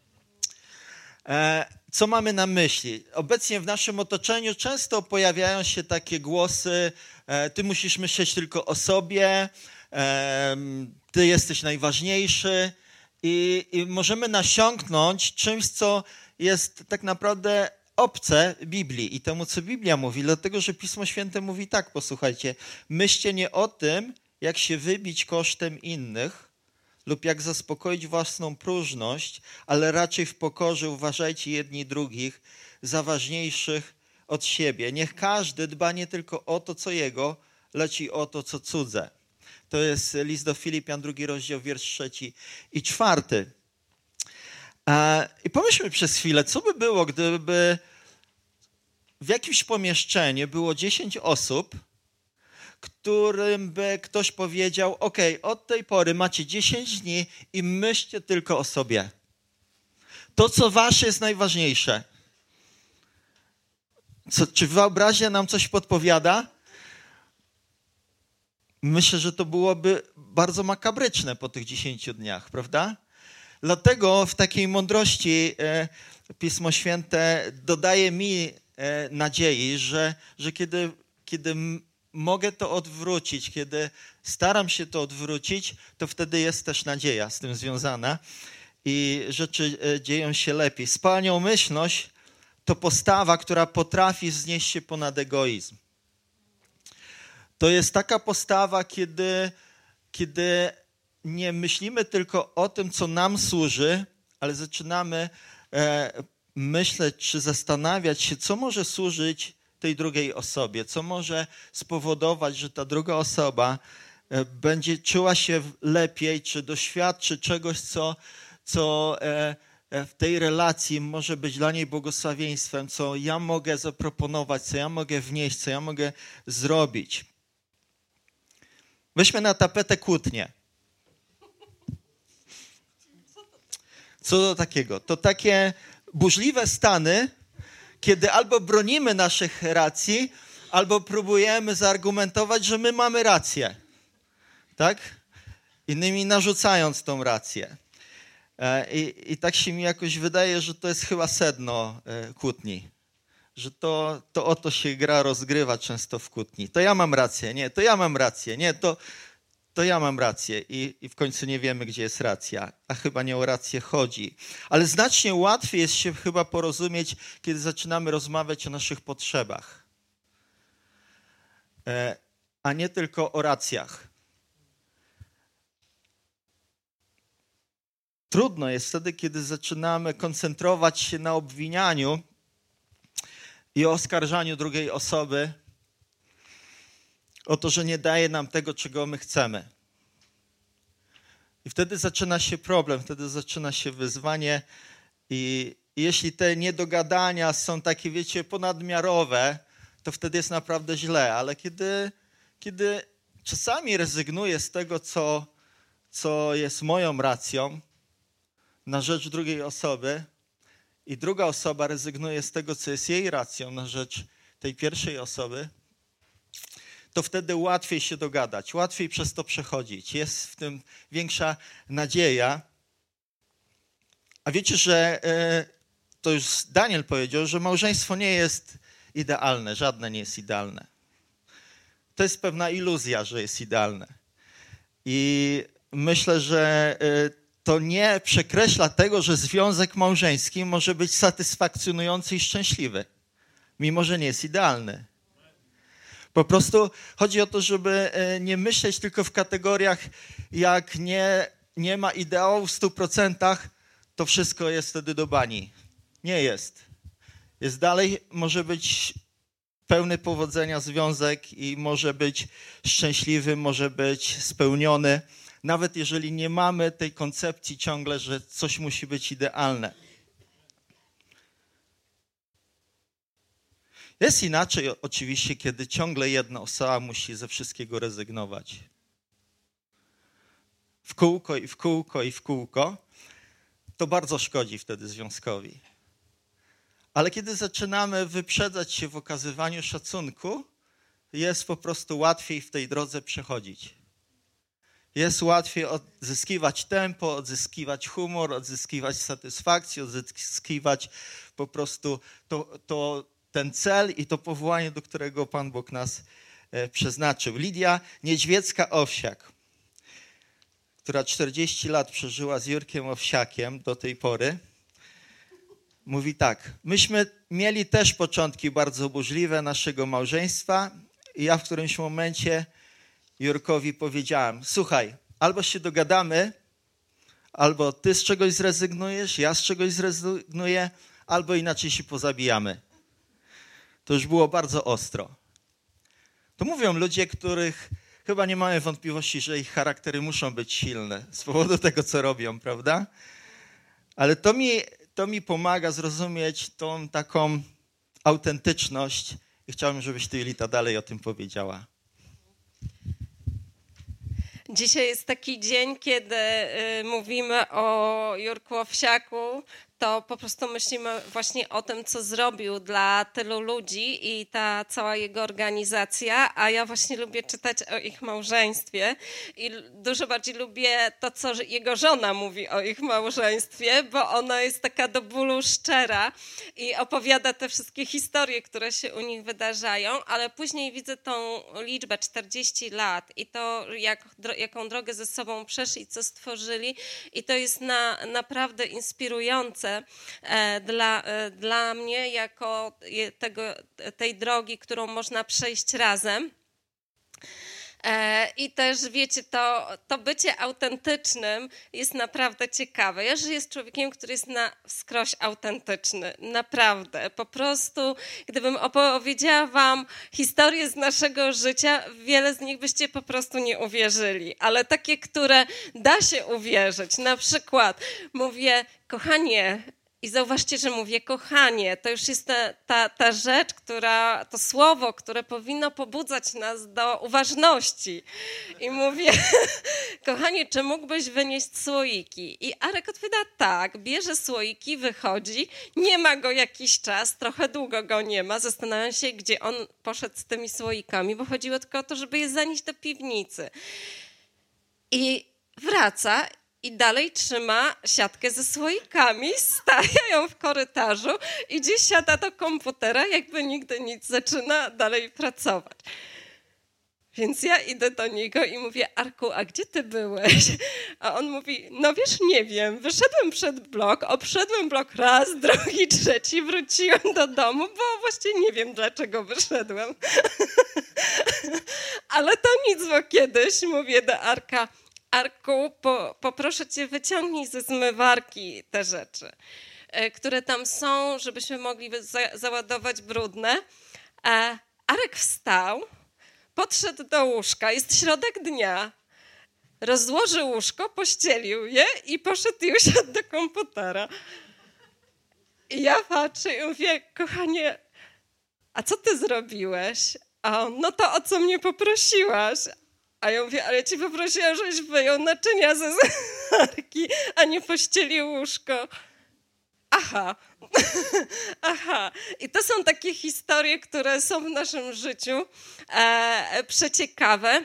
Co mamy na myśli? Obecnie w naszym otoczeniu często pojawiają się takie głosy: ty musisz myśleć tylko o sobie, ty jesteś najważniejszy. I możemy nasiąknąć czymś, co jest tak naprawdę obce Biblii i temu, co Biblia mówi. Dlatego, że Pismo Święte mówi tak, posłuchajcie: myślcie nie o tym, jak się wybić kosztem innych lub jak zaspokoić własną próżność, ale raczej w pokorze uważajcie jedni drugich za ważniejszych od siebie. Niech każdy dba nie tylko o to, co jego, lecz i o to, co cudze. To jest list do Filipian, 2 rozdział, wiersz 3 i 4. I pomyślmy przez chwilę, co by było, gdyby w jakimś pomieszczeniu było 10 osób, którym by ktoś powiedział: okej, od tej pory macie 10 dni i myślcie tylko o sobie. To, co wasze, jest najważniejsze. Czy wyobraźnia nam coś podpowiada? Myślę, że to byłoby bardzo makabryczne po tych 10 dniach, prawda? Dlatego w takiej mądrości Pismo Święte dodaje mi nadziei, że kiedy mogę to odwrócić, kiedy staram się to odwrócić, to wtedy jest też nadzieja z tym związana i rzeczy dzieją się lepiej. Wspaniałomyślność to postawa, która potrafi wznieść się ponad egoizm. To jest taka postawa, kiedy nie myślimy tylko o tym, co nam służy, ale zaczynamy myśleć czy zastanawiać się, co może służyć tej drugiej osobie, co może spowodować, że ta druga osoba będzie czuła się lepiej, czy doświadczy czegoś, co w tej relacji może być dla niej błogosławieństwem, co ja mogę zaproponować, co ja mogę wnieść, co ja mogę zrobić. Weźmy na tapetę kłótnię. Co to takiego? To takie burzliwe stany, kiedy albo bronimy naszych racji, albo próbujemy zaargumentować, że my mamy rację. Tak? Innymi narzucając tą rację. I tak się mi jakoś wydaje, że to jest chyba sedno kłótni. Że to o to się gra rozgrywa często w kłótni. To ja mam rację, nie, to ja mam rację, nie, to ja mam rację i w końcu nie wiemy, gdzie jest racja, a chyba nie o rację chodzi. Ale znacznie łatwiej jest się chyba porozumieć, kiedy zaczynamy rozmawiać o naszych potrzebach, a nie tylko o racjach. Trudno jest wtedy, kiedy zaczynamy koncentrować się na obwinianiu i oskarżaniu drugiej osoby o to, że nie daje nam tego, czego my chcemy. I wtedy zaczyna się problem, wtedy zaczyna się wyzwanie i jeśli te niedogadania są takie, wiecie, ponadmiarowe, to wtedy jest naprawdę źle, ale kiedy czasami rezygnuję z tego, co jest moją racją na rzecz drugiej osoby i druga osoba rezygnuje z tego, co jest jej racją na rzecz tej pierwszej osoby, to wtedy łatwiej się dogadać, łatwiej przez to przechodzić. Jest w tym większa nadzieja. A wiecie, że to już Daniel powiedział, że małżeństwo nie jest idealne, żadne nie jest idealne. To jest pewna iluzja, że jest idealne. I myślę, że to nie przekreśla tego, że związek małżeński może być satysfakcjonujący i szczęśliwy, mimo że nie jest idealny. Po prostu chodzi o to, żeby nie myśleć tylko w kategoriach, jak nie ma ideału w 100%, to wszystko jest wtedy do bani. Nie jest. Jest dalej, może być pełny powodzenia związek i może być szczęśliwy, może być spełniony, nawet jeżeli nie mamy tej koncepcji ciągle, że coś musi być idealne. Jest inaczej oczywiście, kiedy ciągle jedna osoba musi ze wszystkiego rezygnować. W kółko i w kółko i w kółko. To bardzo szkodzi wtedy związkowi. Ale kiedy zaczynamy wyprzedzać się w okazywaniu szacunku, jest po prostu łatwiej w tej drodze przechodzić. Jest łatwiej odzyskiwać tempo, odzyskiwać humor, odzyskiwać satysfakcję, odzyskiwać po prostu ten cel i to powołanie, do którego Pan Bóg nas przeznaczył. Lidia Niedźwiecka-Owsiak, która 40 lat przeżyła z Jurkiem Owsiakiem do tej pory, mówi tak: myśmy mieli też początki bardzo burzliwe naszego małżeństwa i ja w którymś momencie Jurkowi powiedziałem: słuchaj, albo się dogadamy, albo ty z czegoś zrezygnujesz, ja z czegoś zrezygnuję, albo inaczej się pozabijamy. To już było bardzo ostro. To mówią ludzie, których chyba nie mamy wątpliwości, że ich charaktery muszą być silne z powodu tego, co robią, prawda? Ale to mi pomaga zrozumieć tą taką autentyczność i chciałbym, żebyś ty, Julita, dalej o tym powiedziała. Dzisiaj jest taki dzień, kiedy mówimy o Jurku Owsiaku, to po prostu myślimy właśnie o tym, co zrobił dla tylu ludzi i ta cała jego organizacja, a ja właśnie lubię czytać o ich małżeństwie i dużo bardziej lubię to, co jego żona mówi o ich małżeństwie, bo ona jest taka do bólu szczera i opowiada te wszystkie historie, które się u nich wydarzają, ale później widzę tą liczbę 40 lat i to, jaką drogę ze sobą przeszli, co stworzyli i to jest naprawdę inspirujące dla mnie jako tej drogi, którą można przejść razem. I też wiecie, to bycie autentycznym jest naprawdę ciekawe. Ja żyję z człowiekiem, który jest na wskroś autentyczny, naprawdę. Po prostu, gdybym opowiedziała wam historię z naszego życia, wiele z nich byście po prostu nie uwierzyli, ale takie, które da się uwierzyć. Na przykład mówię: kochanie, I zauważcie, że mówię kochanie, to już jest ta rzecz, to słowo, które powinno pobudzać nas do uważności. I mówię, kochanie, czy mógłbyś wynieść słoiki? I Arek odpowiada tak, bierze słoiki, wychodzi, nie ma go jakiś czas, trochę długo go nie ma, zastanawiam się, gdzie on poszedł z tymi słoikami, bo chodziło tylko o to, żeby je zanieść do piwnicy. I wraca i dalej trzyma siatkę ze słoikami, stawia ją w korytarzu i gdzieś siada do komputera, jakby nigdy nic, zaczyna dalej pracować. Więc ja idę do niego i mówię, Arku, a gdzie ty byłeś? A on mówi, no wiesz, nie wiem, wyszedłem przed blok, obszedłem blok raz, drugi, trzeci, wróciłem do domu, bo właściwie nie wiem, dlaczego wyszedłem. Ale to nic, bo kiedyś mówię do Arka, Arku, poproszę cię, wyciągnij ze zmywarki te rzeczy, które tam są, żebyśmy mogli załadować brudne. Arek wstał, podszedł do łóżka, jest środek dnia, rozłożył łóżko, pościelił je i poszedł i usiadł do komputera. I ja patrzę i mówię, kochanie, a co ty zrobiłeś? A on, no to o co mnie poprosiłaś? A ja mówię, ale ja ci poprosiłam, żebyś wyjął naczynia ze zmywarki, a nie pościelił łóżko. Aha. I to są takie historie, które są w naszym życiu przeciekawe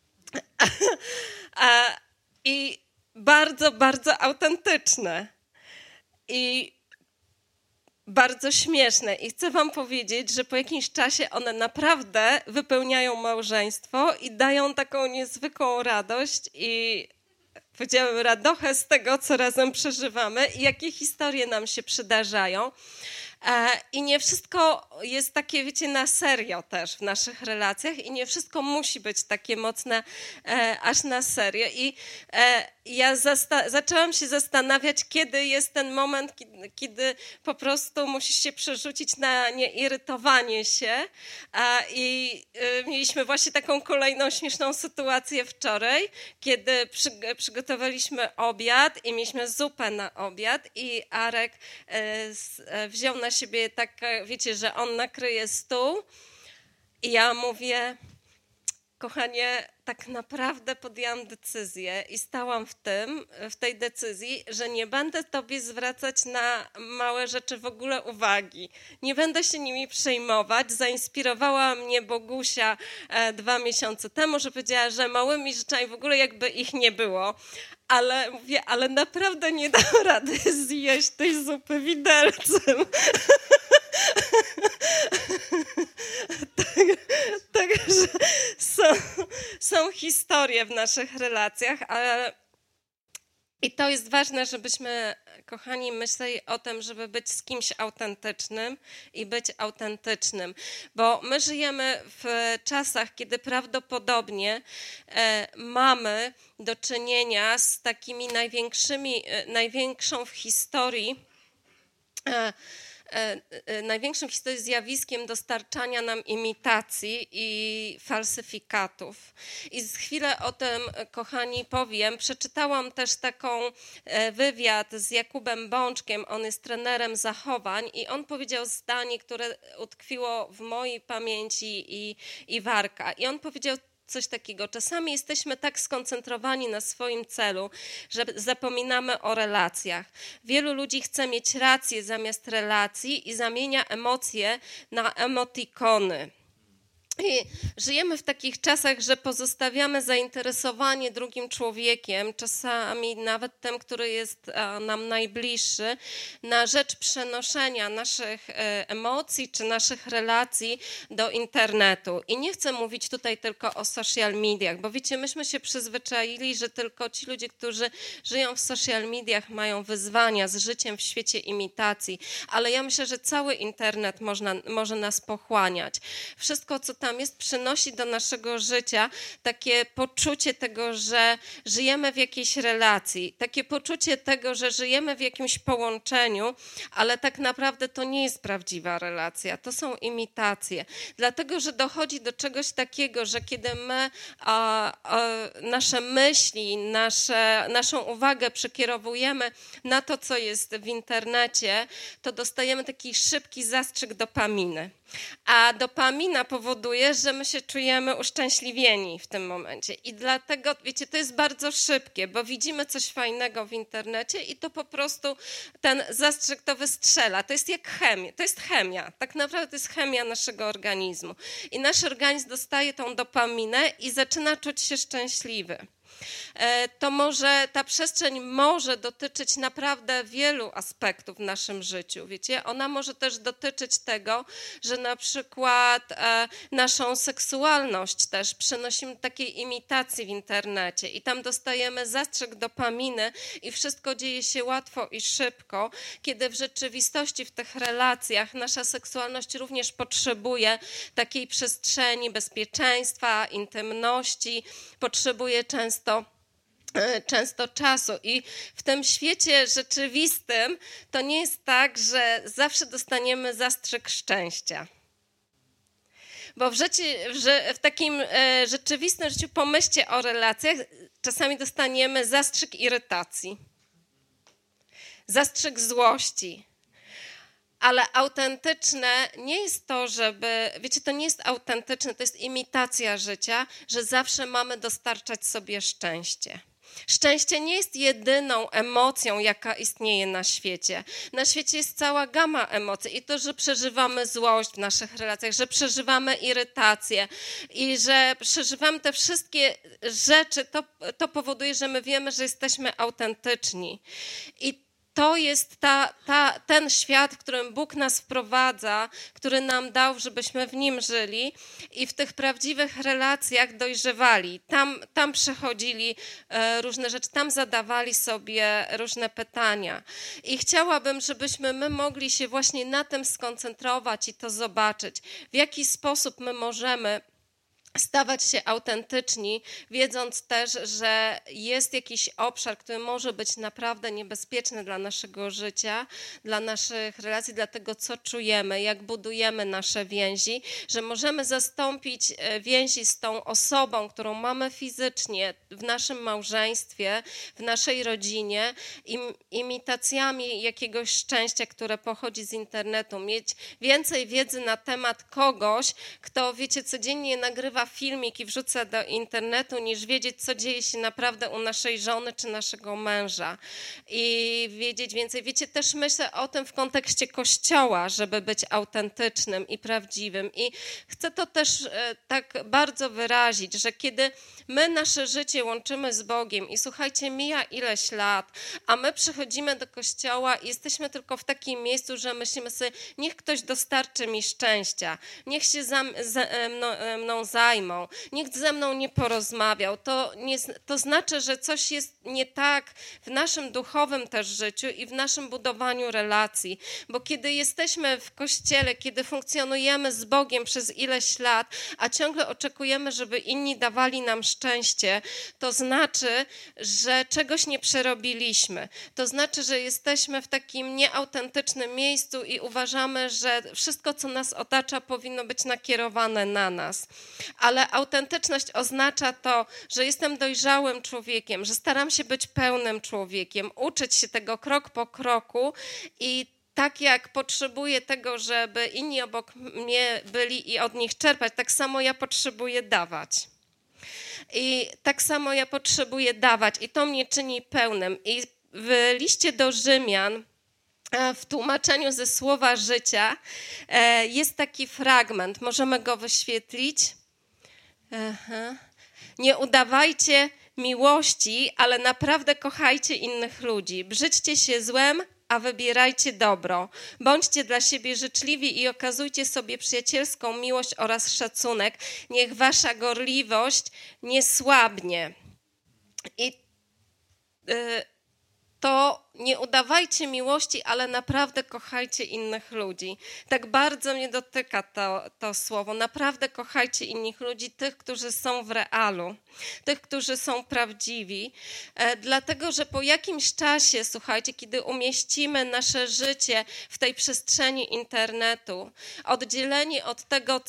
i bardzo, bardzo autentyczne i bardzo śmieszne. I chcę wam powiedzieć, że po jakimś czasie one naprawdę wypełniają małżeństwo i dają taką niezwykłą radość i powiedziałabym radochę z tego, co razem przeżywamy i jakie historie nam się przydarzają. I nie wszystko jest takie, wiecie, na serio też w naszych relacjach i nie wszystko musi być takie mocne aż na serio. I ja zaczęłam się zastanawiać, kiedy jest ten moment, kiedy po prostu musisz się przerzucić na nieirytowanie się. I mieliśmy właśnie taką kolejną śmieszną sytuację wczoraj, kiedy przygotowaliśmy obiad i mieliśmy zupę na obiad i Arek wziął na siebie tak, wiecie, że on nakryje stół i ja mówię, kochanie, tak naprawdę podjęłam decyzję i stałam w tej decyzji, że nie będę tobie zwracać na małe rzeczy w ogóle uwagi. Nie będę się nimi przejmować. Zainspirowała mnie Bogusia 2 miesiące temu, że powiedziała, że małymi rzeczami w ogóle jakby ich nie było. Ale mówię, ale naprawdę nie dam rady zjeść tej zupy widelcem. Także są historie w naszych relacjach, i to jest ważne, żebyśmy, kochani, myśleli o tym, żeby być z kimś autentycznym i być autentycznym, bo my żyjemy w czasach, kiedy prawdopodobnie mamy do czynienia z takimi największą w historii zjawiskiem dostarczania nam imitacji i falsyfikatów. I z chwilę o tym, kochani, powiem. Przeczytałam też taką wywiad z Jakubem Bączkiem, on jest trenerem zachowań i on powiedział zdanie, które utkwiło w mojej pamięci i Warka. I on powiedział coś takiego. Czasami jesteśmy tak skoncentrowani na swoim celu, że zapominamy o relacjach. Wielu ludzi chce mieć rację zamiast relacji i zamienia emocje na emotikony. I żyjemy w takich czasach, że pozostawiamy zainteresowanie drugim człowiekiem, czasami nawet tym, który jest nam najbliższy, na rzecz przenoszenia naszych emocji czy naszych relacji do internetu. I nie chcę mówić tutaj tylko o social mediach, bo wiecie, myśmy się przyzwyczaili, że tylko ci ludzie, którzy żyją w social mediach, mają wyzwania z życiem w świecie imitacji, ale ja myślę, że cały internet może nas pochłaniać. Wszystko, co tam tam jest, przynosi do naszego życia takie poczucie tego, że żyjemy w jakiejś relacji, takie poczucie tego, że żyjemy w jakimś połączeniu, ale tak naprawdę to nie jest prawdziwa relacja, to są imitacje. Dlatego, że dochodzi do czegoś takiego, że kiedy my nasze myśli, naszą uwagę przekierowujemy na to, co jest w internecie, to dostajemy taki szybki zastrzyk dopaminy. A dopamina powoduje, że my się czujemy uszczęśliwieni w tym momencie. I dlatego, wiecie, to jest bardzo szybkie, bo widzimy coś fajnego w internecie i to po prostu ten zastrzyk to wystrzela. To jest jak chemia. To jest chemia. Tak naprawdę to jest chemia naszego organizmu. I nasz organizm dostaje tą dopaminę i zaczyna czuć się szczęśliwy. To może, ta przestrzeń może dotyczyć naprawdę wielu aspektów w naszym życiu, wiecie? Ona może też dotyczyć tego, że na przykład naszą seksualność też przenosimy takiej imitacji w internecie i tam dostajemy zastrzyk dopaminy i wszystko dzieje się łatwo i szybko, kiedy w rzeczywistości w tych relacjach nasza seksualność również potrzebuje takiej przestrzeni bezpieczeństwa, intymności, potrzebuje często czasu i w tym świecie rzeczywistym to nie jest tak, że zawsze dostaniemy zastrzyk szczęścia. Bo w takim rzeczywistym życiu, pomyślcie o relacjach, czasami dostaniemy zastrzyk irytacji, zastrzyk złości. Ale autentyczne nie jest to, wiecie, to nie jest autentyczne, to jest imitacja życia, że zawsze mamy dostarczać sobie szczęście. Szczęście nie jest jedyną emocją, jaka istnieje na świecie. Na świecie jest cała gama emocji i to, że przeżywamy złość w naszych relacjach, że przeżywamy irytację i że przeżywamy te wszystkie rzeczy, to powoduje, że my wiemy, że jesteśmy autentyczni. I to jest ten świat, w którym Bóg nas wprowadza, który nam dał, żebyśmy w nim żyli i w tych prawdziwych relacjach dojrzewali. Tam przechodzili różne rzeczy, tam zadawali sobie różne pytania. I chciałabym, żebyśmy my mogli się właśnie na tym skoncentrować i to zobaczyć, w jaki sposób my możemy stawać się autentyczni, wiedząc też, że jest jakiś obszar, który może być naprawdę niebezpieczny dla naszego życia, dla naszych relacji, dla tego, co czujemy, jak budujemy nasze więzi, że możemy zastąpić więzi z tą osobą, którą mamy fizycznie w naszym małżeństwie, w naszej rodzinie, imitacjami jakiegoś szczęścia, które pochodzi z internetu, mieć więcej wiedzy na temat kogoś, kto, wiecie, codziennie nagrywa filmik i wrzuca do internetu, niż wiedzieć, co dzieje się naprawdę u naszej żony czy naszego męża i wiedzieć więcej. Wiecie, też myślę o tym w kontekście Kościoła, żeby być autentycznym i prawdziwym i chcę to też tak bardzo wyrazić, że kiedy my nasze życie łączymy z Bogiem i słuchajcie, mija ileś lat, a my przychodzimy do Kościoła i jesteśmy tylko w takim miejscu, że myślimy sobie, niech ktoś dostarczy mi szczęścia, niech się mną zajmą, nikt ze mną nie porozmawiał. To znaczy, że coś jest nie tak w naszym duchowym też życiu i w naszym budowaniu relacji, bo kiedy jesteśmy w Kościele, kiedy funkcjonujemy z Bogiem przez ileś lat, a ciągle oczekujemy, żeby inni dawali nam szczęście, to znaczy, że czegoś nie przerobiliśmy. To znaczy, że jesteśmy w takim nieautentycznym miejscu i uważamy, że wszystko, co nas otacza, powinno być nakierowane na nas. Ale autentyczność oznacza to, że jestem dojrzałym człowiekiem, że staram się być pełnym człowiekiem, uczyć się tego krok po kroku i tak jak potrzebuję tego, żeby inni obok mnie byli i od nich czerpać, tak samo ja potrzebuję dawać. I tak samo ja potrzebuję dawać i to mnie czyni pełnym. I w liście do Rzymian, w tłumaczeniu ze Słowa Życia jest taki fragment, możemy go wyświetlić. Nie udawajcie miłości, ale naprawdę kochajcie innych ludzi. Brzydźcie się złem, a wybierajcie dobro. Bądźcie dla siebie życzliwi i okazujcie sobie przyjacielską miłość oraz szacunek. Niech wasza gorliwość nie słabnie. I to nie udawajcie miłości, ale naprawdę kochajcie innych ludzi. Tak bardzo mnie dotyka to słowo. Naprawdę kochajcie innych ludzi, tych, którzy są w realu, tych, którzy są prawdziwi. Dlatego, że po jakimś czasie, słuchajcie, kiedy umieścimy nasze życie w tej przestrzeni internetu, oddzieleni od tego,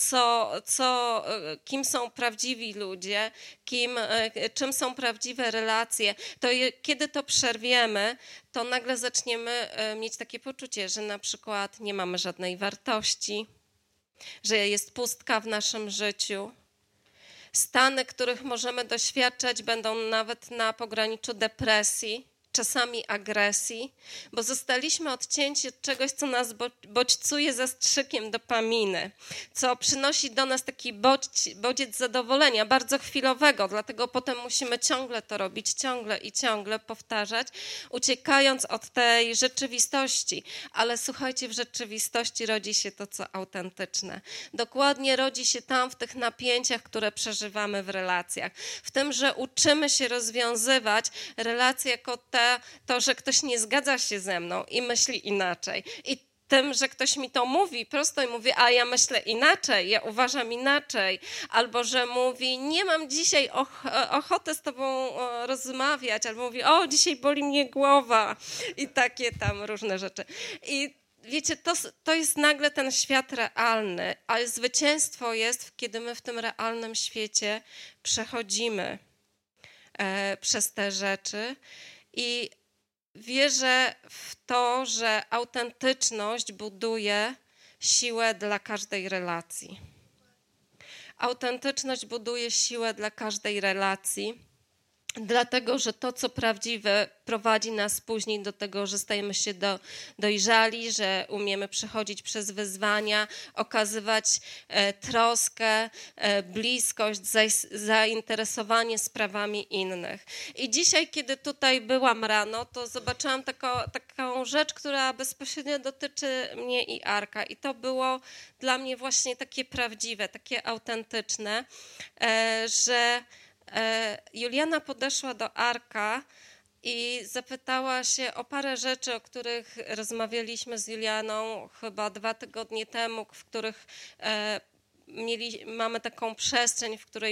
kim są prawdziwi ludzie, czym są prawdziwe relacje, to kiedy to przerwiemy, to nagle zaczniemy mieć takie poczucie, że na przykład nie mamy żadnej wartości, że jest pustka w naszym życiu. Stany, których możemy doświadczać, będą nawet na pograniczu depresji, czasami agresji, bo zostaliśmy odcięci od czegoś, co nas bodźcuje zastrzykiem dopaminy, co przynosi do nas taki bodziec zadowolenia, bardzo chwilowego, dlatego potem musimy ciągle to robić, ciągle i ciągle powtarzać, uciekając od tej rzeczywistości. Ale słuchajcie, w rzeczywistości rodzi się to, co autentyczne. Dokładnie rodzi się tam w tych napięciach, które przeżywamy w relacjach. W tym, że uczymy się rozwiązywać relacje jako to, że ktoś nie zgadza się ze mną i myśli inaczej. I tym, że ktoś mi to mówi prosto i mówi, a ja myślę inaczej, ja uważam inaczej. Albo że mówi, nie mam dzisiaj ochoty z tobą rozmawiać. Albo mówi, o, dzisiaj boli mnie głowa. I takie tam różne rzeczy. I wiecie, to jest nagle ten świat realny, ale zwycięstwo jest, kiedy my w tym realnym świecie przechodzimy przez te rzeczy. I wierzę w to, że autentyczność buduje siłę dla każdej relacji. Autentyczność buduje siłę dla każdej relacji, dlatego, że to, co prawdziwe, prowadzi nas później do tego, że stajemy się dojrzali, że umiemy przechodzić przez wyzwania, okazywać troskę, bliskość, zainteresowanie sprawami innych. I dzisiaj, kiedy tutaj byłam rano, to zobaczyłam taką rzecz, która bezpośrednio dotyczy mnie i Arka. I to było dla mnie właśnie takie prawdziwe, takie autentyczne, że Juliana podeszła do Arka i zapytała się o parę rzeczy, o których rozmawialiśmy z Julianą chyba 2 tygodnie temu, w których mamy taką przestrzeń, w której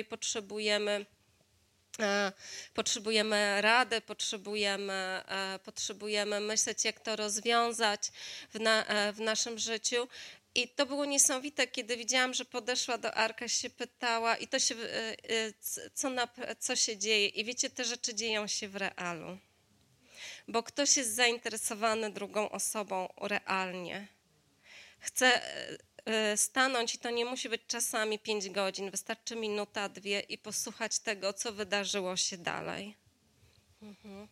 potrzebujemy rady, potrzebujemy myśleć, jak to rozwiązać w naszym życiu. I to było niesamowite, kiedy widziałam, że podeszła do Arka, się pytała i to się, co się dzieje. I wiecie, te rzeczy dzieją się w realu. Bo ktoś jest zainteresowany drugą osobą realnie. Chce stanąć i to nie musi być czasami 5 godzin, wystarczy minuta, 2 i posłuchać tego, co wydarzyło się dalej. Mhm.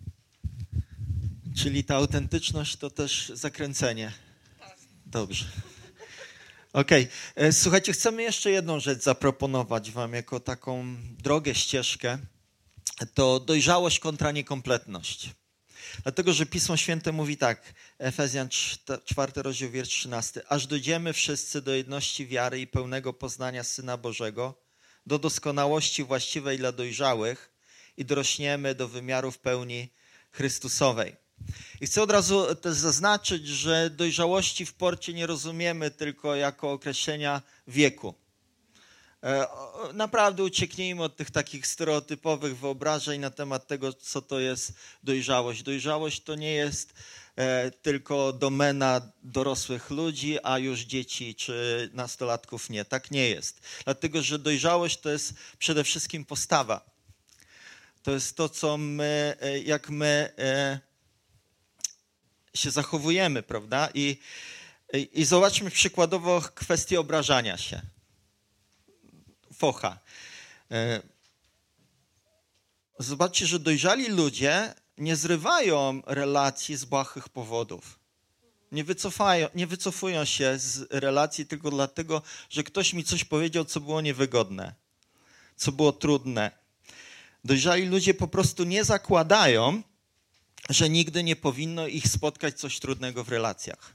Czyli ta autentyczność to też zakręcenie. Dobrze. Okej. Słuchajcie, chcemy jeszcze jedną rzecz zaproponować wam jako taką drogę, ścieżkę. To dojrzałość kontra niekompletność. Dlatego, że Pismo Święte mówi tak, Efezjan 4 rozdział, wiersz 13. Aż dojdziemy wszyscy do jedności wiary i pełnego poznania Syna Bożego, do doskonałości właściwej dla dojrzałych i dorośniemy do wymiarów pełni Chrystusowej. I chcę od razu też zaznaczyć, że dojrzałości w porcie nie rozumiemy tylko jako określenia wieku. Naprawdę ucieknijmy od tych takich stereotypowych wyobrażeń na temat tego, co to jest dojrzałość. Dojrzałość to nie jest tylko domena dorosłych ludzi, a już dzieci czy nastolatków nie. Tak nie jest. Dlatego, że dojrzałość to jest przede wszystkim postawa. To jest to, co jak my się zachowujemy, prawda? I zobaczmy przykładowo kwestię obrażania się. Focha. Zobaczcie, że dojrzali ludzie nie zrywają relacji z błahych powodów. Nie wycofują się z relacji tylko dlatego, że ktoś mi coś powiedział, co było niewygodne, co było trudne. Dojrzali ludzie po prostu nie zakładają, że nigdy nie powinno ich spotkać coś trudnego w relacjach.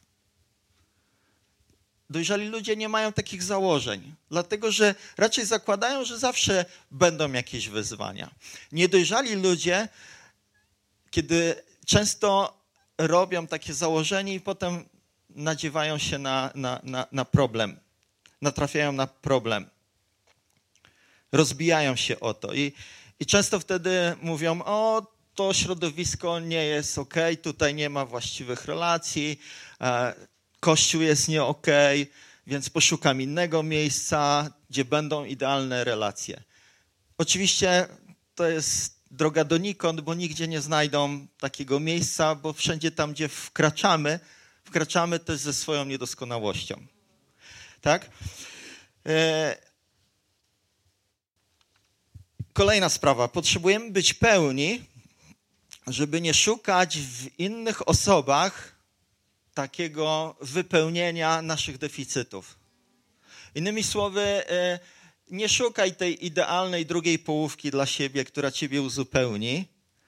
Dojrzali ludzie nie mają takich założeń, dlatego że raczej zakładają, że zawsze będą jakieś wyzwania. Niedojrzali ludzie, kiedy często robią takie założenie i potem nadziewają się na problem, natrafiają na problem. Rozbijają się o to i często wtedy mówią, to środowisko nie jest okej, tutaj nie ma właściwych relacji, Kościół jest nie okej, więc poszukam innego miejsca, gdzie będą idealne relacje. Oczywiście to jest droga donikąd, bo nigdzie nie znajdą takiego miejsca, bo wszędzie tam, gdzie wkraczamy też ze swoją niedoskonałością. Tak? Kolejna sprawa. Potrzebujemy być pełni, żeby nie szukać w innych osobach takiego wypełnienia naszych deficytów. Innymi słowy, nie szukaj tej idealnej drugiej połówki dla siebie, która ciebie uzupełni,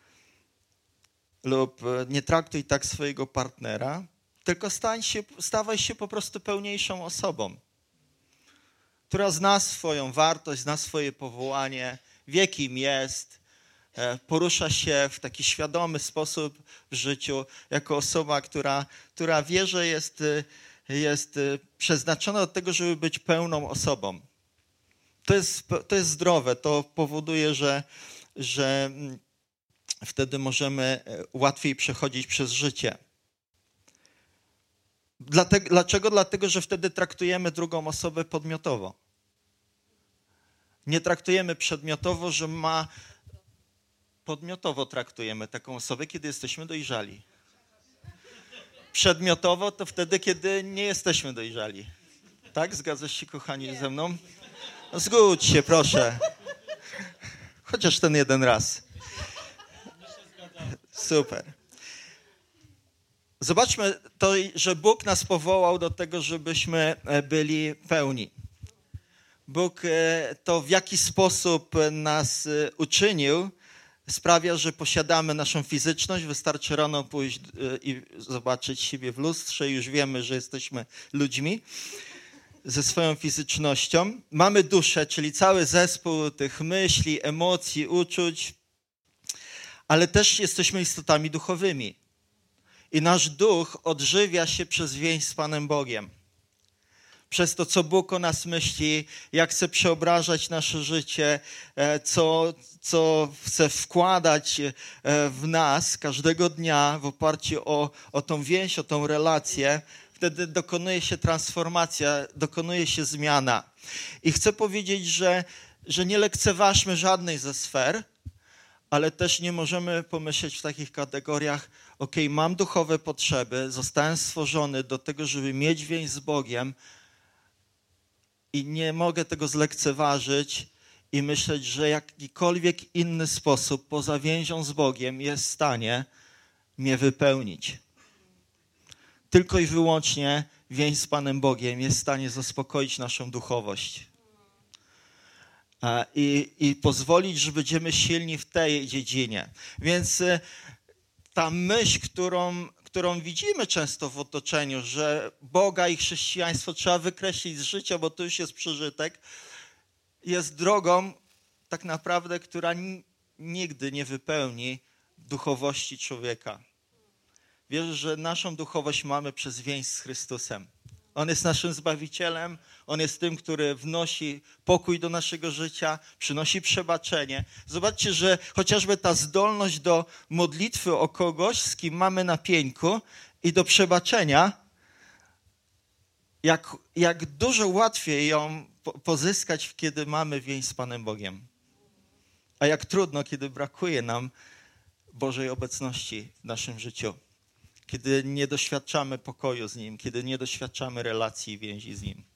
lub nie traktuj tak swojego partnera, tylko stawaj się po prostu pełniejszą osobą, która zna swoją wartość, zna swoje powołanie, wie kim jest, porusza się w taki świadomy sposób w życiu, jako osoba, która wie, że jest przeznaczona do tego, żeby być pełną osobą. To jest zdrowe, to powoduje, że wtedy łatwiej przechodzić przez życie. Dlaczego? Dlatego, że wtedy traktujemy drugą osobę podmiotowo. Nie traktujemy przedmiotowo, podmiotowo traktujemy taką osobę, kiedy jesteśmy dojrzali. Przedmiotowo to wtedy, kiedy nie jesteśmy dojrzali. Tak? Zgadzasz się, kochani, ze mną? No, zgódź się, proszę. Chociaż ten jeden raz. Super. Zobaczmy to, że Bóg nas powołał do tego, żebyśmy byli pełni. Bóg to, w jaki sposób nas uczynił, sprawia, że posiadamy naszą fizyczność. Wystarczy rano pójść i zobaczyć siebie w lustrze i już wiemy, że jesteśmy ludźmi ze swoją fizycznością. Mamy duszę, czyli cały zespół tych myśli, emocji, uczuć, ale też jesteśmy istotami duchowymi. I nasz duch odżywia się przez więź z Panem Bogiem. Przez to, co Bóg o nas myśli, jak chce przeobrażać nasze życie, co chce wkładać w nas każdego dnia w oparciu o tą więź, o tą relację, wtedy dokonuje się transformacja, dokonuje się zmiana. I chcę powiedzieć, że nie lekceważmy żadnej ze sfer, ale też nie możemy pomyśleć w takich kategoriach, mam duchowe potrzeby, zostałem stworzony do tego, żeby mieć więź z Bogiem i nie mogę tego zlekceważyć i myśleć, że jakikolwiek inny sposób poza więzią z Bogiem jest w stanie mnie wypełnić. Tylko i wyłącznie więź z Panem Bogiem jest w stanie zaspokoić naszą duchowość. I pozwolić, że będziemy silni w tej dziedzinie. Więc ta myśl, którą widzimy często w otoczeniu, że Boga i chrześcijaństwo trzeba wykreślić z życia, bo to już jest przeżytek, jest drogą tak naprawdę, która nigdy nie wypełni duchowości człowieka. Wierzę, że naszą duchowość mamy przez więź z Chrystusem. On jest naszym Zbawicielem, On jest tym, który wnosi pokój do naszego życia, przynosi przebaczenie. Zobaczcie, że chociażby ta zdolność do modlitwy o kogoś, z kim mamy na pieńku i do przebaczenia, jak dużo łatwiej ją pozyskać, kiedy mamy więź z Panem Bogiem. A jak trudno, kiedy brakuje nam Bożej obecności w naszym życiu. Kiedy nie doświadczamy pokoju z Nim, kiedy nie doświadczamy relacji i więzi z Nim.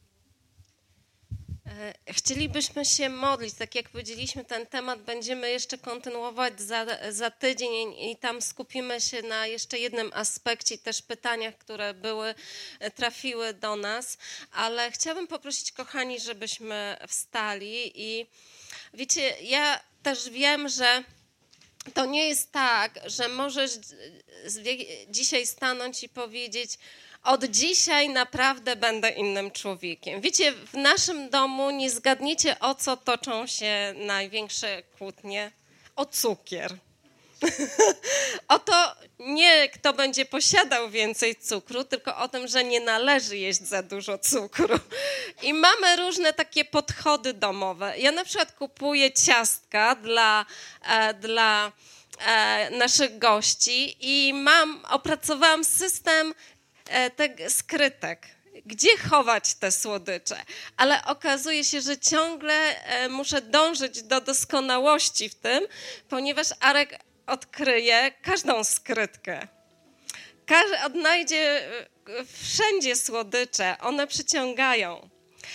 Chcielibyśmy się modlić, tak jak powiedzieliśmy, ten temat będziemy jeszcze kontynuować za tydzień i tam skupimy się na jeszcze jednym aspekcie i też pytaniach, które trafiły do nas, ale chciałabym poprosić, kochani, żebyśmy wstali i wiecie, ja też wiem, że to nie jest tak, że możesz dzisiaj stanąć i powiedzieć: od dzisiaj naprawdę będę innym człowiekiem. Wiecie, w naszym domu nie zgadniecie, o co toczą się największe kłótnie. O cukier. O to nie kto będzie posiadał więcej cukru, tylko o tym, że nie należy jeść za dużo cukru. I mamy różne takie podchody domowe. Ja na przykład kupuję ciastka dla naszych gości i opracowałam system skrytek. Gdzie chować te słodycze? Ale okazuje się, że ciągle muszę dążyć do doskonałości w tym, ponieważ Arek odkryje każdą skrytkę. Odnajdzie wszędzie słodycze, one przyciągają.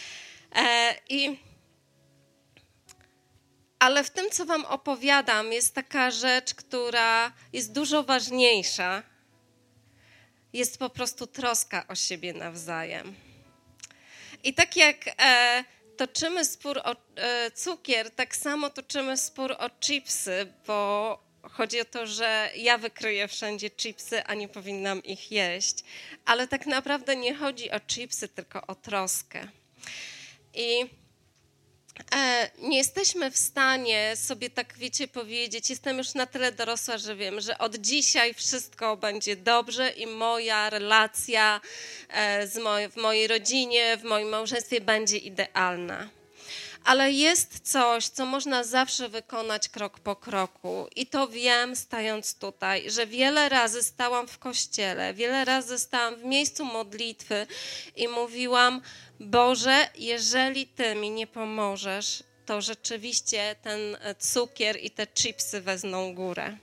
Ale w tym, co wam opowiadam, jest taka rzecz, która jest dużo ważniejsza. Jest po prostu troska o siebie nawzajem. I tak jak toczymy spór o cukier, tak samo toczymy spór o chipsy, bo chodzi o to, że ja wykryję wszędzie chipsy, a nie powinnam ich jeść. Ale tak naprawdę nie chodzi o chipsy, tylko o troskę. I nie jesteśmy w stanie sobie tak, wiecie, powiedzieć, jestem już na tyle dorosła, że wiem, że od dzisiaj wszystko będzie dobrze i moja relacja w mojej rodzinie, w moim małżeństwie będzie idealna. Ale jest coś, co można zawsze wykonać krok po kroku. I to wiem, stając tutaj, że wiele razy stałam w kościele, wiele razy stałam w miejscu modlitwy i mówiłam: Boże, jeżeli Ty mi nie pomożesz, to rzeczywiście ten cukier i te chipsy wezmą górę.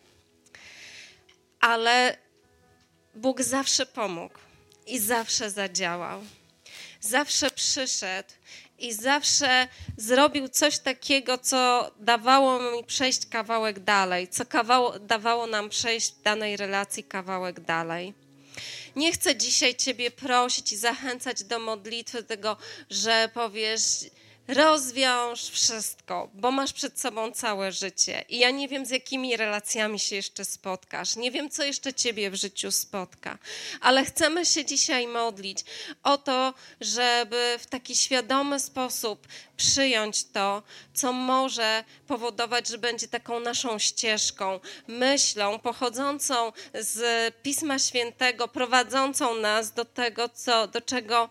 Ale Bóg zawsze pomógł i zawsze zadziałał. Zawsze przyszedł i zawsze zrobił coś takiego, co dawało mi przejść kawałek dalej, co dawało nam przejść w danej relacji kawałek dalej. Nie chcę dzisiaj Ciebie prosić i zachęcać do modlitwy tego, że powiesz: rozwiąż wszystko, bo masz przed sobą całe życie. I ja nie wiem, z jakimi relacjami się jeszcze spotkasz. Nie wiem, co jeszcze Ciebie w życiu spotka. Ale chcemy się dzisiaj modlić o to, żeby w taki świadomy sposób przyjąć to, co może powodować, że będzie taką naszą ścieżką, myślą pochodzącą z Pisma Świętego, prowadzącą nas do tego, do czego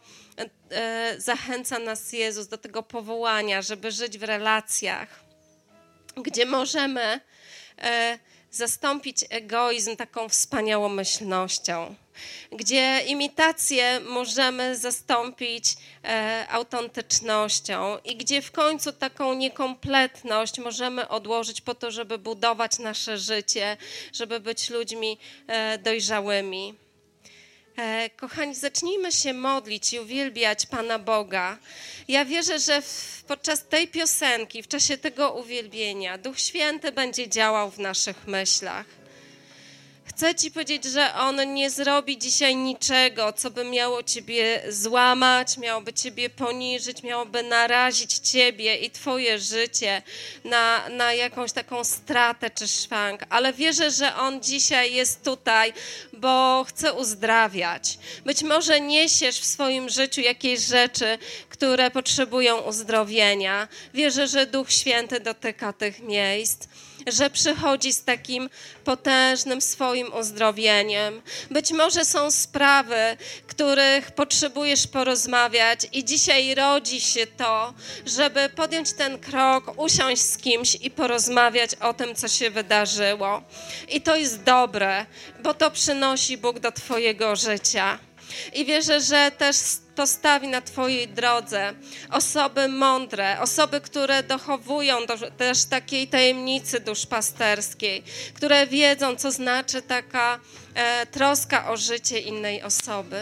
zachęca nas Jezus, do tego powołania, żeby żyć w relacjach, gdzie możemy zastąpić egoizm taką wspaniałomyślnością, gdzie imitację możemy zastąpić autentycznością i gdzie w końcu taką niekompletność możemy odłożyć po to, żeby budować nasze życie, żeby być ludźmi dojrzałymi. Kochani, zacznijmy się modlić i uwielbiać Pana Boga. Ja wierzę, że podczas tej piosenki, w czasie tego uwielbienia, Duch Święty będzie działał w naszych myślach. Chcę Ci powiedzieć, że On nie zrobi dzisiaj niczego, co by miało Ciebie złamać, miałoby Ciebie poniżyć, miałoby narazić Ciebie i Twoje życie na jakąś taką stratę czy szwank. Ale wierzę, że On dzisiaj jest tutaj, bo chce uzdrawiać. Być może niesiesz w swoim życiu jakieś rzeczy, które potrzebują uzdrowienia. Wierzę, że Duch Święty dotyka tych miejsc, że przychodzi z takim potężnym swoim uzdrowieniem. Być może są sprawy, których potrzebujesz porozmawiać i dzisiaj rodzi się to, żeby podjąć ten krok, usiąść z kimś i porozmawiać o tym, co się wydarzyło. I to jest dobre, bo to przynosi Bóg do Twojego życia. I wierzę, że też postawi na Twojej drodze osoby mądre, osoby, które dochowują też takiej tajemnicy duszpasterskiej, które wiedzą, co znaczy taka troska o życie innej osoby.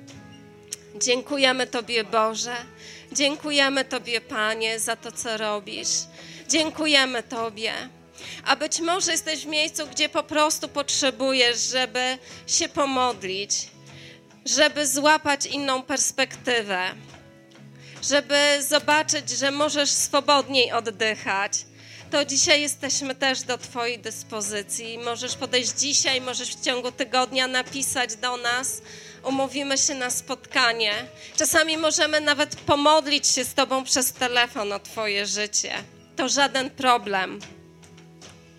Dziękujemy Tobie, Boże. Dziękujemy Tobie, Panie, za to, co robisz. Dziękujemy Tobie. A być może jesteś w miejscu, gdzie po prostu potrzebujesz, żeby się pomodlić, żeby złapać inną perspektywę, żeby zobaczyć, że możesz swobodniej oddychać, to dzisiaj jesteśmy też do Twojej dyspozycji. Możesz podejść dzisiaj, możesz w ciągu tygodnia napisać do nas, umówimy się na spotkanie. Czasami możemy nawet pomodlić się z Tobą przez telefon o Twoje życie. To żaden problem.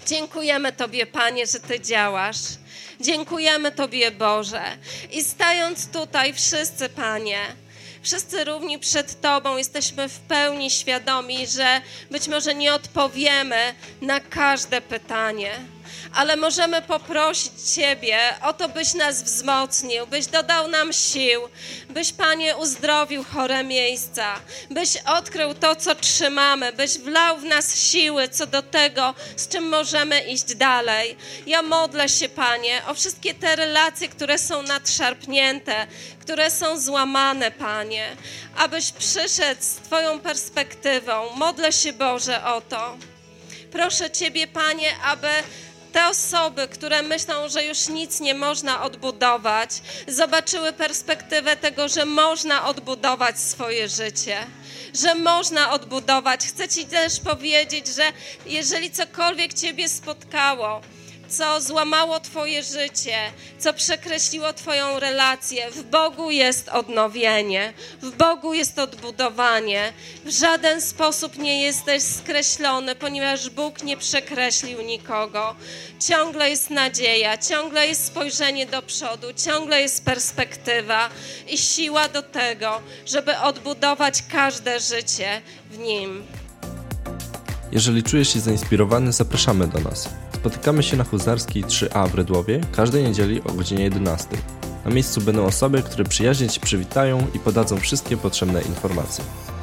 Dziękujemy Tobie, Panie, że Ty działasz. Dziękujemy Tobie, Boże. I stając tutaj wszyscy, Panie, wszyscy równi przed Tobą, jesteśmy w pełni świadomi, że być może nie odpowiemy na każde pytanie, ale możemy poprosić Ciebie o to, byś nas wzmocnił, byś dodał nam sił, byś, Panie, uzdrowił chore miejsca, byś odkrył to, co trzymamy, byś wlał w nas siły co do tego, z czym możemy iść dalej. Ja modlę się, Panie, o wszystkie te relacje, które są nadszarpnięte, które są złamane, Panie, abyś przyszedł z Twoją perspektywą. Modlę się, Boże, o to. Proszę Ciebie, Panie, aby te osoby, które myślą, że już nic nie można odbudować, zobaczyły perspektywę tego, że można odbudować swoje życie, że można odbudować. Chcę Ci też powiedzieć, że jeżeli cokolwiek Ciebie spotkało, co złamało Twoje życie, co przekreśliło Twoją relację, w Bogu jest odnowienie, w Bogu jest odbudowanie. W żaden sposób nie jesteś skreślony, ponieważ Bóg nie przekreślił nikogo. Ciągle jest nadzieja, ciągle jest spojrzenie do przodu, ciągle jest perspektywa i siła do tego, żeby odbudować każde życie w Nim. Jeżeli czujesz się zainspirowany, zapraszamy do nas. Spotykamy się na Huzarskiej 3A w Redłowie każdej niedzieli o godzinie 11. Na miejscu będą osoby, które przyjaźnie Cię przywitają i podadzą wszystkie potrzebne informacje.